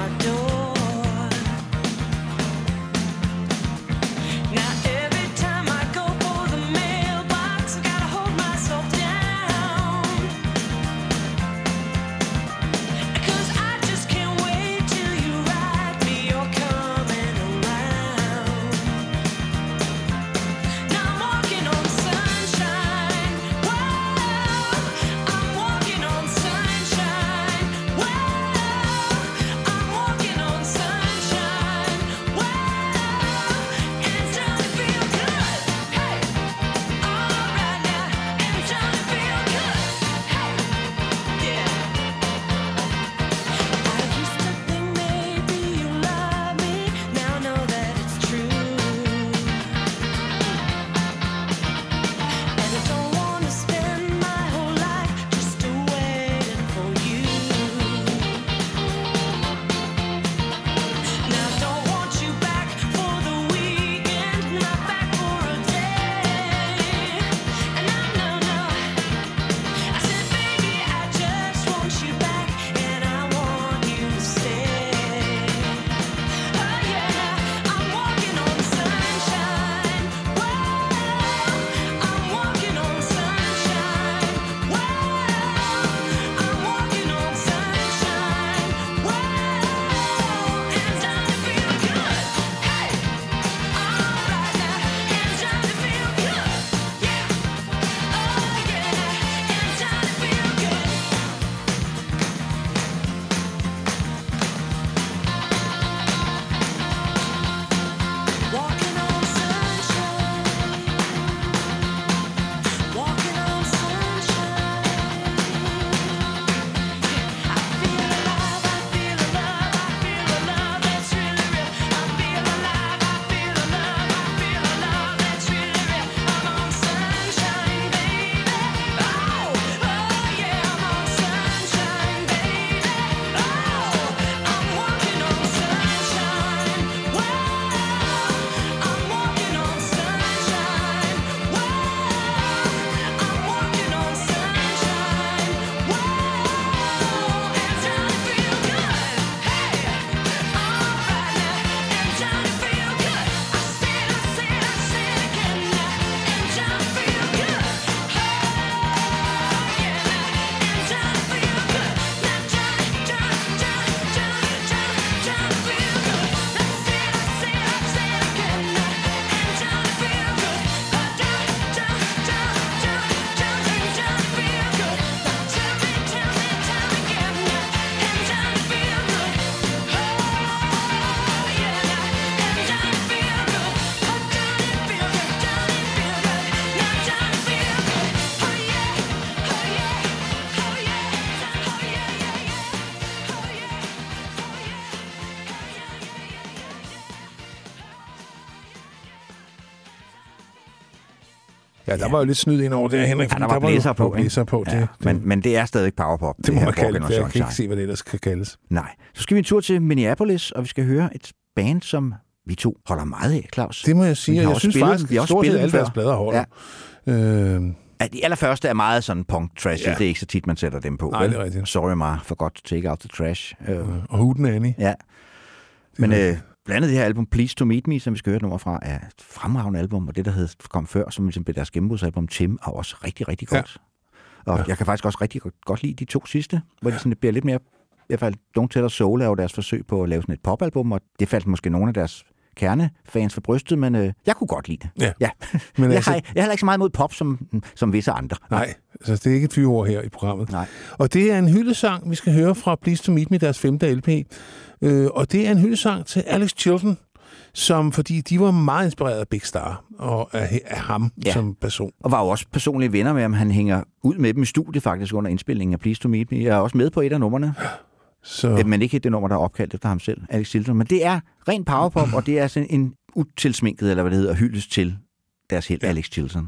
Ja, der var jo lidt snyd ind over det, Henrik. Ja, fordi der var blæser på, ikke? Blæser på. Ja, men det er stadig powerpop. det må her man kalde Walking det. on Jeg kan ikke Sunshine. se, hvad det ellers kan kaldes. Nej. Så skal vi en tur til Minneapolis, og vi skal høre et band, som vi to holder meget af, Claus. Det må jeg sige. Vi har Jeg også synes spillet- faktisk, vi har også stort set spillet alle den deres før. plader holder. Ja, de allerførste er meget sådan punk-trash. Ja. Det er ikke så tit, man sætter dem på. Nej, vel? det er rigtigt. Sorry, Mar, forgot to take out the trash. Og Hooten Annie. Ja. Men blandt andet det her album, Please to Meet Me, som vi skal høre et nummer fra, er et fremragende album, og det, der kom før, som ligesom blev deres gennembrudsalbum, Tim, er også rigtig, rigtig godt. Og jeg kan faktisk også rigtig godt lide de to sidste, hvor de sådan bliver lidt mere, i hvert fald Don't Tell Us Soul er jo deres forsøg på at lave sådan et popalbum, og det faldt måske nogle af deres kernefans for brystet, men jeg kunne godt lide det. Ja. Men Men jeg har heller ikke så meget mod pop, som visse andre. Nej, så det er ikke et fyreord her i programmet. Nej. Og det er en hyldesang, vi skal høre fra Please to Meet Me, deres 5. LP. Og det er en hyldesang til Alex Chilton, fordi de var meget inspireret af Big Star og af ham som person. Og var jo også personlige venner med ham. Han hænger ud med dem i studiet faktisk under indspillingen af Please to Meet Me. Jeg er også med på et af numrene. Så Men ikke det nummer, der er opkaldt efter ham selv, Alex Chilton. Men det er ren powerpop, og det er sådan en utilsminket, eller hvad det hedder, hyldest til deres helt Alex Chilton.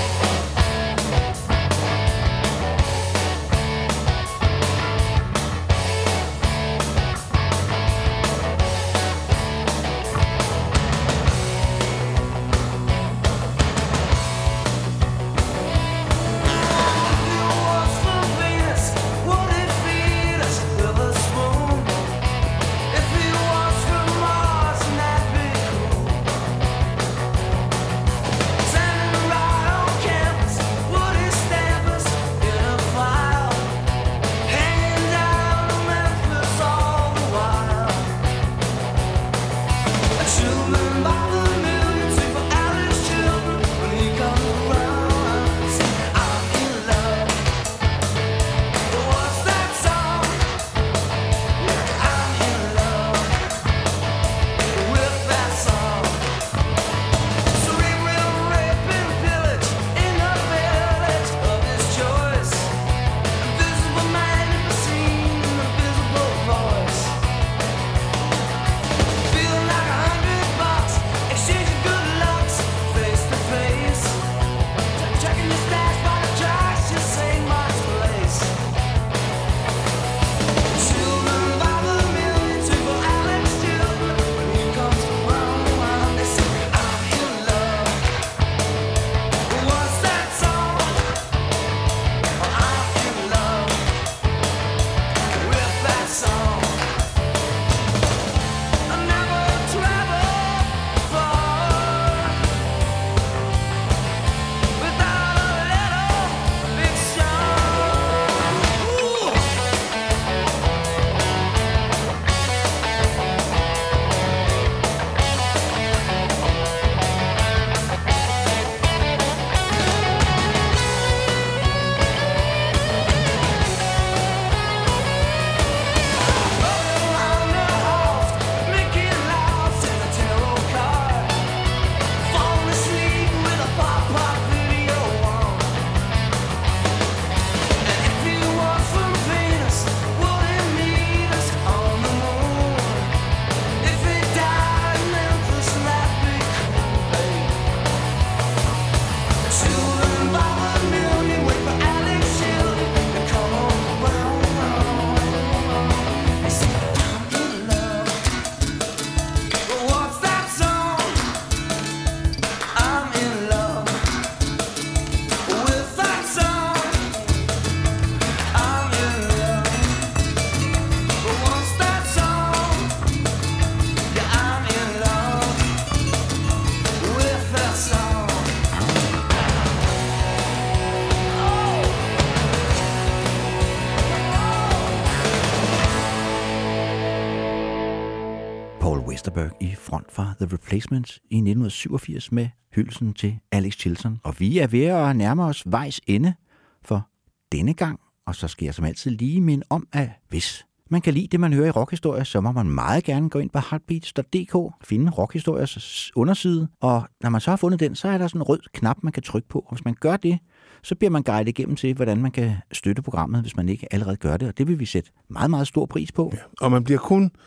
Westerberg i front for The Replacements i 1987 med hyldelsen til Alex Chilton. Og vi er ved at nærme os vejs ende for denne gang, og så skal jeg som altid lige minde om, at hvis man kan lide det, man hører i Rockhistorie, så må man meget gerne gå ind på heartbeats.dk, finde Rockhistoriers underside, og når man så har fundet den, så er der sådan en rød knap, man kan trykke på. Og hvis man gør det, så bliver man guidet igennem til, hvordan man kan støtte programmet, hvis man ikke allerede gør det, og det vil vi sætte meget, meget stor pris på. Ja. Og man bliver kun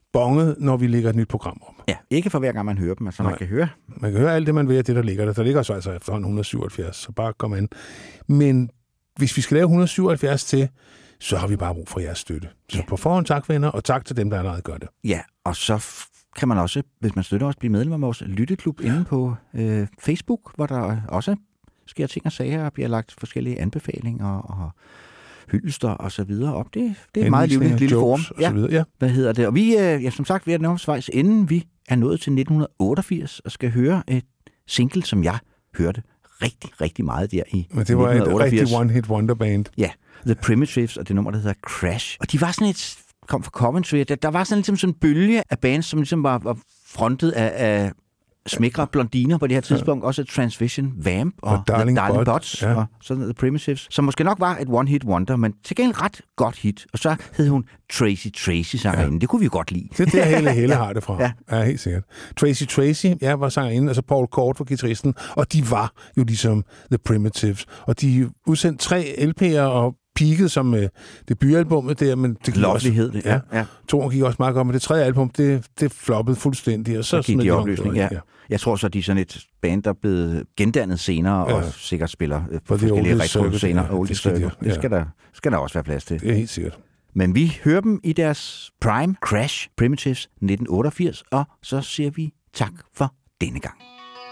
bonget, når vi lægger et nyt program op. Ja, ikke for hver gang man hører dem, altså man Nej. kan høre. Man kan høre alt det, man vil af det, der ligger der. Der ligger så altså efterhånden 177, så bare kom an. Men hvis vi skal lave 177 til, så har vi bare brug for jeres støtte. Så Ja. på forhånd tak, venner, og tak til dem, der allerede gør det. Ja, og så kan man også, hvis man støtter os, blive medlem af vores lytteklub inde på Facebook, hvor der også sker ting og sager, og bliver lagt forskellige anbefalinger og hyldester og så videre op. Det er et meget livligt lille forum. Og så videre. Ja. Hvad hedder det? Og vi er som sagt ved at nå svejs, inden vi er nået til 1988 og skal høre et single, som jeg hørte rigtig, rigtig meget der i Men det var et 1988. rigtig one-hit wonder-band. Ja, The Primitives og det nummer, der hedder Crash. Og de var sådan kom fra Coventry. Der var sådan ligesom en bølge af bands, som ligesom var frontet af smækre blondiner på det her tidspunkt. Også Transvision, Vamp og Darling Darling Bud, Buds ja. og sådan The Primitives, som måske nok var et one-hit wonder, men til gengæld ret godt hit. Og så hed hun Tracy sangerinde. Ja. Det kunne vi jo godt lide. Det er der Helle har det fra. Ja. Ja, helt sikkert. Tracy, ja, var sangerinde, altså Paul Kort var guitaristen, og de var jo ligesom The Primitives. Og de udsendte 3 LP'er og peakede som debutalbummet der, men det gik Lovlighed, også, det. Ja. Toren gik også meget godt, men det 3. album, det floppede fuldstændig, og så gik smed de om opløsning, det. ja. Jeg tror så, de er sådan et band, der er blevet gendannet senere, og sikkert spiller på forskellige retro-scener. Ja, Det skal der også være plads til. Det er helt sikkert. Men vi hører dem i deres prime, Crash, Primitives 1988, og så siger vi tak for denne gang.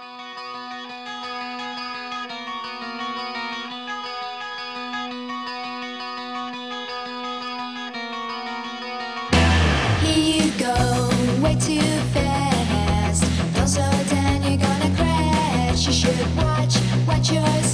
Here you go, way too fast. Don't slow down, you're gonna crash. You should watch your